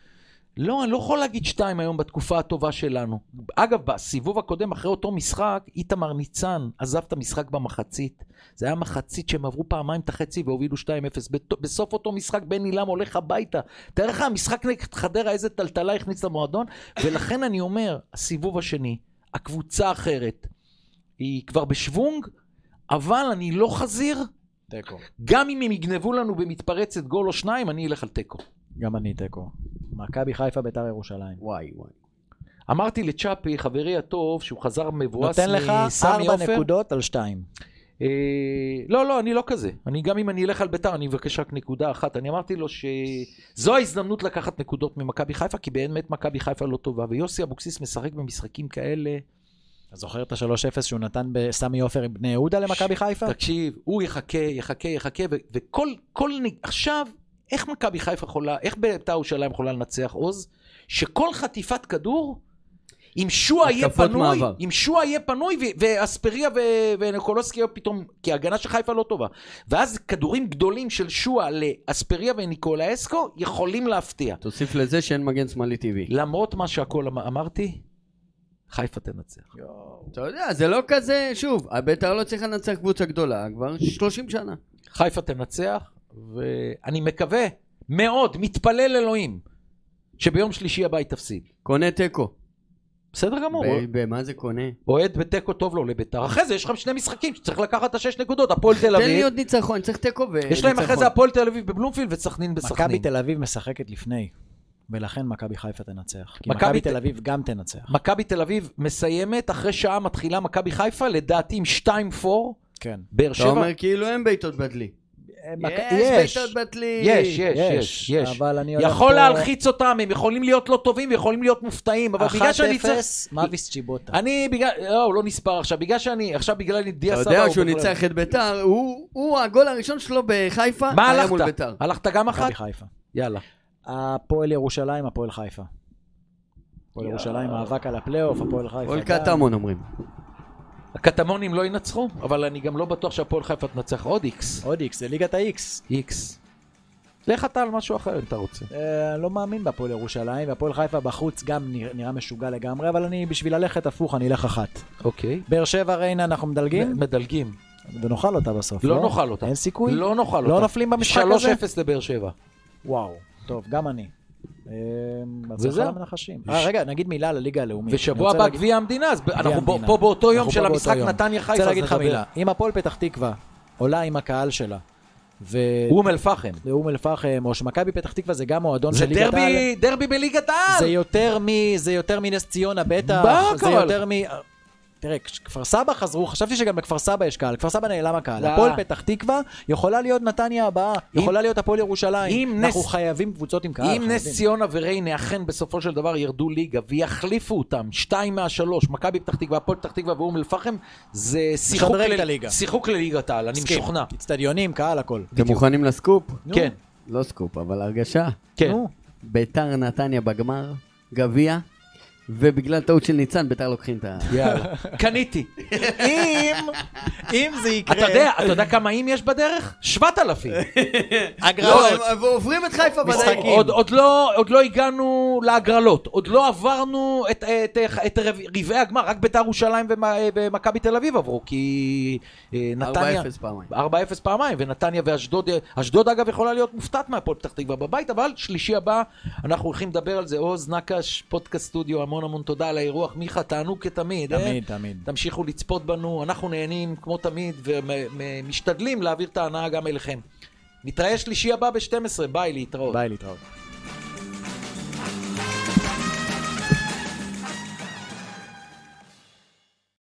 לא, אני לא יכול להגיד שתיים היום בתקופה הטובה שלנו. אגב, בסיבוב הקודם, אחרי אותו משחק, איתמר ניצן עזב את המשחק במחצית. זה היה מחצית שהם עברו פעמיים את החצי והובילו שתיים אפס. בסוף אותו משחק בן אילם הולך הביתה. תראה לך, המשחק נגד חדרה, איזה טלטלה הכניס למועדון, ולכן אני אומר, הסיבוב השני, הקבוצה האחרת, היא כבר בשוונג, אבל אני לא חזיר. טקו. גם אם הם יגנבו לנו במתפרצת גול או שניים, אני אלך על טקו. גם אני טקו. מכבי חיפה בית"ר ירושלים. וואי וואי. אמרתי לצ'אפי, חברי הטוב, שהוא חזר מבואס נותן לך ארבע נקודות על שתיים. אה, לא, לא, אני לא כזה. אני גם אם אני אלך על בית"ר, אני מבקש רק נקודה אחת. אני אמרתי לו שזו ההזדמנות לקחת נקודות ממכבי חיפה, כי באמת מכבי חיפה לא טובה, ויוסי אבוקסיס משחק במשחקים כאלה. אתה זוכר את ה-שלוש אפס שהוא נתן בסמי עופר עם בני יהודה למכבי חיפה? תקשיב, הוא יחכה, יחכה, יחכה, וכל, כל, עכשיו, איך מכבי חיפה יכולה, איך בית"ר ירושלים יכולה לנצח עוז? שכל חטיפת כדור, אם שועה יהיה פנוי, אם שועה יהיה פנוי, ואספריה וניקולסקי פתאום, כי ההגנה של חיפה לא טובה. ואז כדורים גדולים של שועה לאספריה וניקולסקו יכולים להפתיע. תוסיף לזה שאין מגן שמאלי טבעי. למרות מה שהכל אמרתי, חיפה תנצח. אתה יודע, זה לא כזה, שוב, בית"ר לא צריך לנצח קבוצה גדולה, כבר שלושים שנה. חיפה תנצח, ואני מקווה, מאוד, מתפלל אלוהים, שביום שלישי הבא היא תפסיד. קונה טקו. בסדר גמור. במה זה קונה? אוהד בטקו טוב לו לבית"ר. אחרי זה יש לכם שני משחקים שצריך לקחת את השש נקודות. הפועל תל אביב. תן לי עוד ניצחון, צריך טקו וניצחון. יש להם אחרי זה הפועל תל אביב בבלומפילד וסכנין בסכנין. מכבי תל אביב משחקת לפני. ולכן מכבי חיפה תנצח. כי מכבי מכבי ת- תל אביב גם תנצח. מכבי תל אביב מסיימת, אחרי שעה מתחילה מכבי חיפה, לדעתי עם שתיים אפור, כן. באר אתה שבע. אומר כאילו אין בעיטות בדלי. מכ- יש בעיטות בדלי. יש, יש, יש, יש. אבל אני הולך יכול פה- להלחיץ אותם, הם יכולים להיות לא טובים ויכולים להיות מופתעים, אבל בגלל שאני צריך... אחת אפס, מאביס צ'יבוטה. אני בגלל... לא, הוא לא נספר עכשיו, בגלל שאני... עכשיו בגלל דיה אתה סבא... יודע הוא שהוא בכלל- ניצח את ביתר, הוא- הוא הגול הראשון שלו בחיפה, מה היה מול הלכת? ביתר. הלכת גם אחת? מכבי חיפה. יאללה. הפועל ירושלים, הפועל חיפה. הפועל ירושלים, מאבק על הפלייאוף, הפועל חיפה. כל גם. קטמון אומרים. הקטמונים לא ינצחו, אבל אני גם לא בטוח שהפועל חיפה תנצח עוד איקס. עוד איקס, זה ליגת ה-איקס. איקס. לך אתה על משהו אחר אם אתה רוצה. אה, לא מאמין בהפועל ירושלים, והפועל חיפה בחוץ גם נראה, נראה משוגע לגמרי, אבל אני בשביל ללכת הפוך, אני אלך אחת. אוקיי. באר שבע ריינה אנחנו מדלגים, מדלגים. ונאכל אותה בסוף. לא נאכל אותה. אין סיכוי? לא נאכל אותה. לא נופלים במשחק הזה? שלוש אפס לבאר שבע. וואו, טוב, גם אני. אה, וזהו. בהצלחה למנחשים. אה, רגע, נגיד מילה על הליגה הלאומית. ושבוע אני רוצה הבא להגיד- גביע המדינה, אז ב- אנחנו בו- המדינה. פה באותו יום אנחנו של פה המשחק באותו יום. נתניה חיפה. רוצה אז להגיד לך נדבר. מילה. אם הפועל פתח תקווה עולה עם הקהל שלה, ו... אום אל פחם. ואום אל פחם, או שמכבי פתח תקווה זה גם מועדון זה של ליגת העל. דרבי, דרבי בליגת העל. זה יותר מ... זה יותר מנס ציונה בטח. מה זה קרה? יותר מ... תראה, כפר סבא חזרו, חשבתי שגם בכפר סבא יש קהל, כפר סבא נעלם הקהל. לא. הפועל פתח תקווה יכולה להיות נתניה הבאה, אם- יכולה להיות הפועל ירושלים. אם אנחנו נס- חייבים קבוצות עם קהל. אם חייבים. נס ציונה וריינה אכן בסופו של דבר ירדו ליגה ויחליפו אותם, שתיים מהשלוש, מכבי פתח תקווה, הפועל פתח תקווה ואום אל פחם, זה שיחוק משדרג ל- את הליגה. שיחוק לליגת העל, אני מסכים. משוכנע. אצטדיונים, קהל, הכל. אתם מוכנים לסקופ? כן, לא סקופ, אבל הרגשה. כן. נו. ביתר נתניה בגמר, גביע, ובגלל טעות של ניצן, ביתר לוקחים את ה... יאללה. קניתי. אם, אם זה יקרה... אתה יודע, אתה יודע כמה אם יש בדרך? שבעת אלפים. הגרלות. לא, הם עוברים את חיפה משחקים. ודאי. עוד, עוד, לא, עוד לא הגענו להגרלות, עוד לא עברנו את, את, את רבעי הגמר, רק בית"ר ירושלים ומ- ומכבי תל אביב עברו, כי אה, נתניה... ארבע אפס פעמיים. ארבע אפס פעמיים, ונתניה ואשדוד, אשדוד אגב יכולה להיות מופתעת מהפועל פתח תקווה בבית, אבל שלישי הבא אנחנו הולכים לדבר על זה. עוז נקש, פודקאסט סטודיו, המון המון תודה על האירוח. מיכה, תענוג כתמיד. אה? תמיד, תמיד. תמשיכו לצפות בנו, אנחנו נהנים כמו תמיד ומשתדלים להעביר את ההנאה גם אליכם. נתראה שלישי הבא ב-שתים עשרה, ביי, להתראות. ביי, להתראות.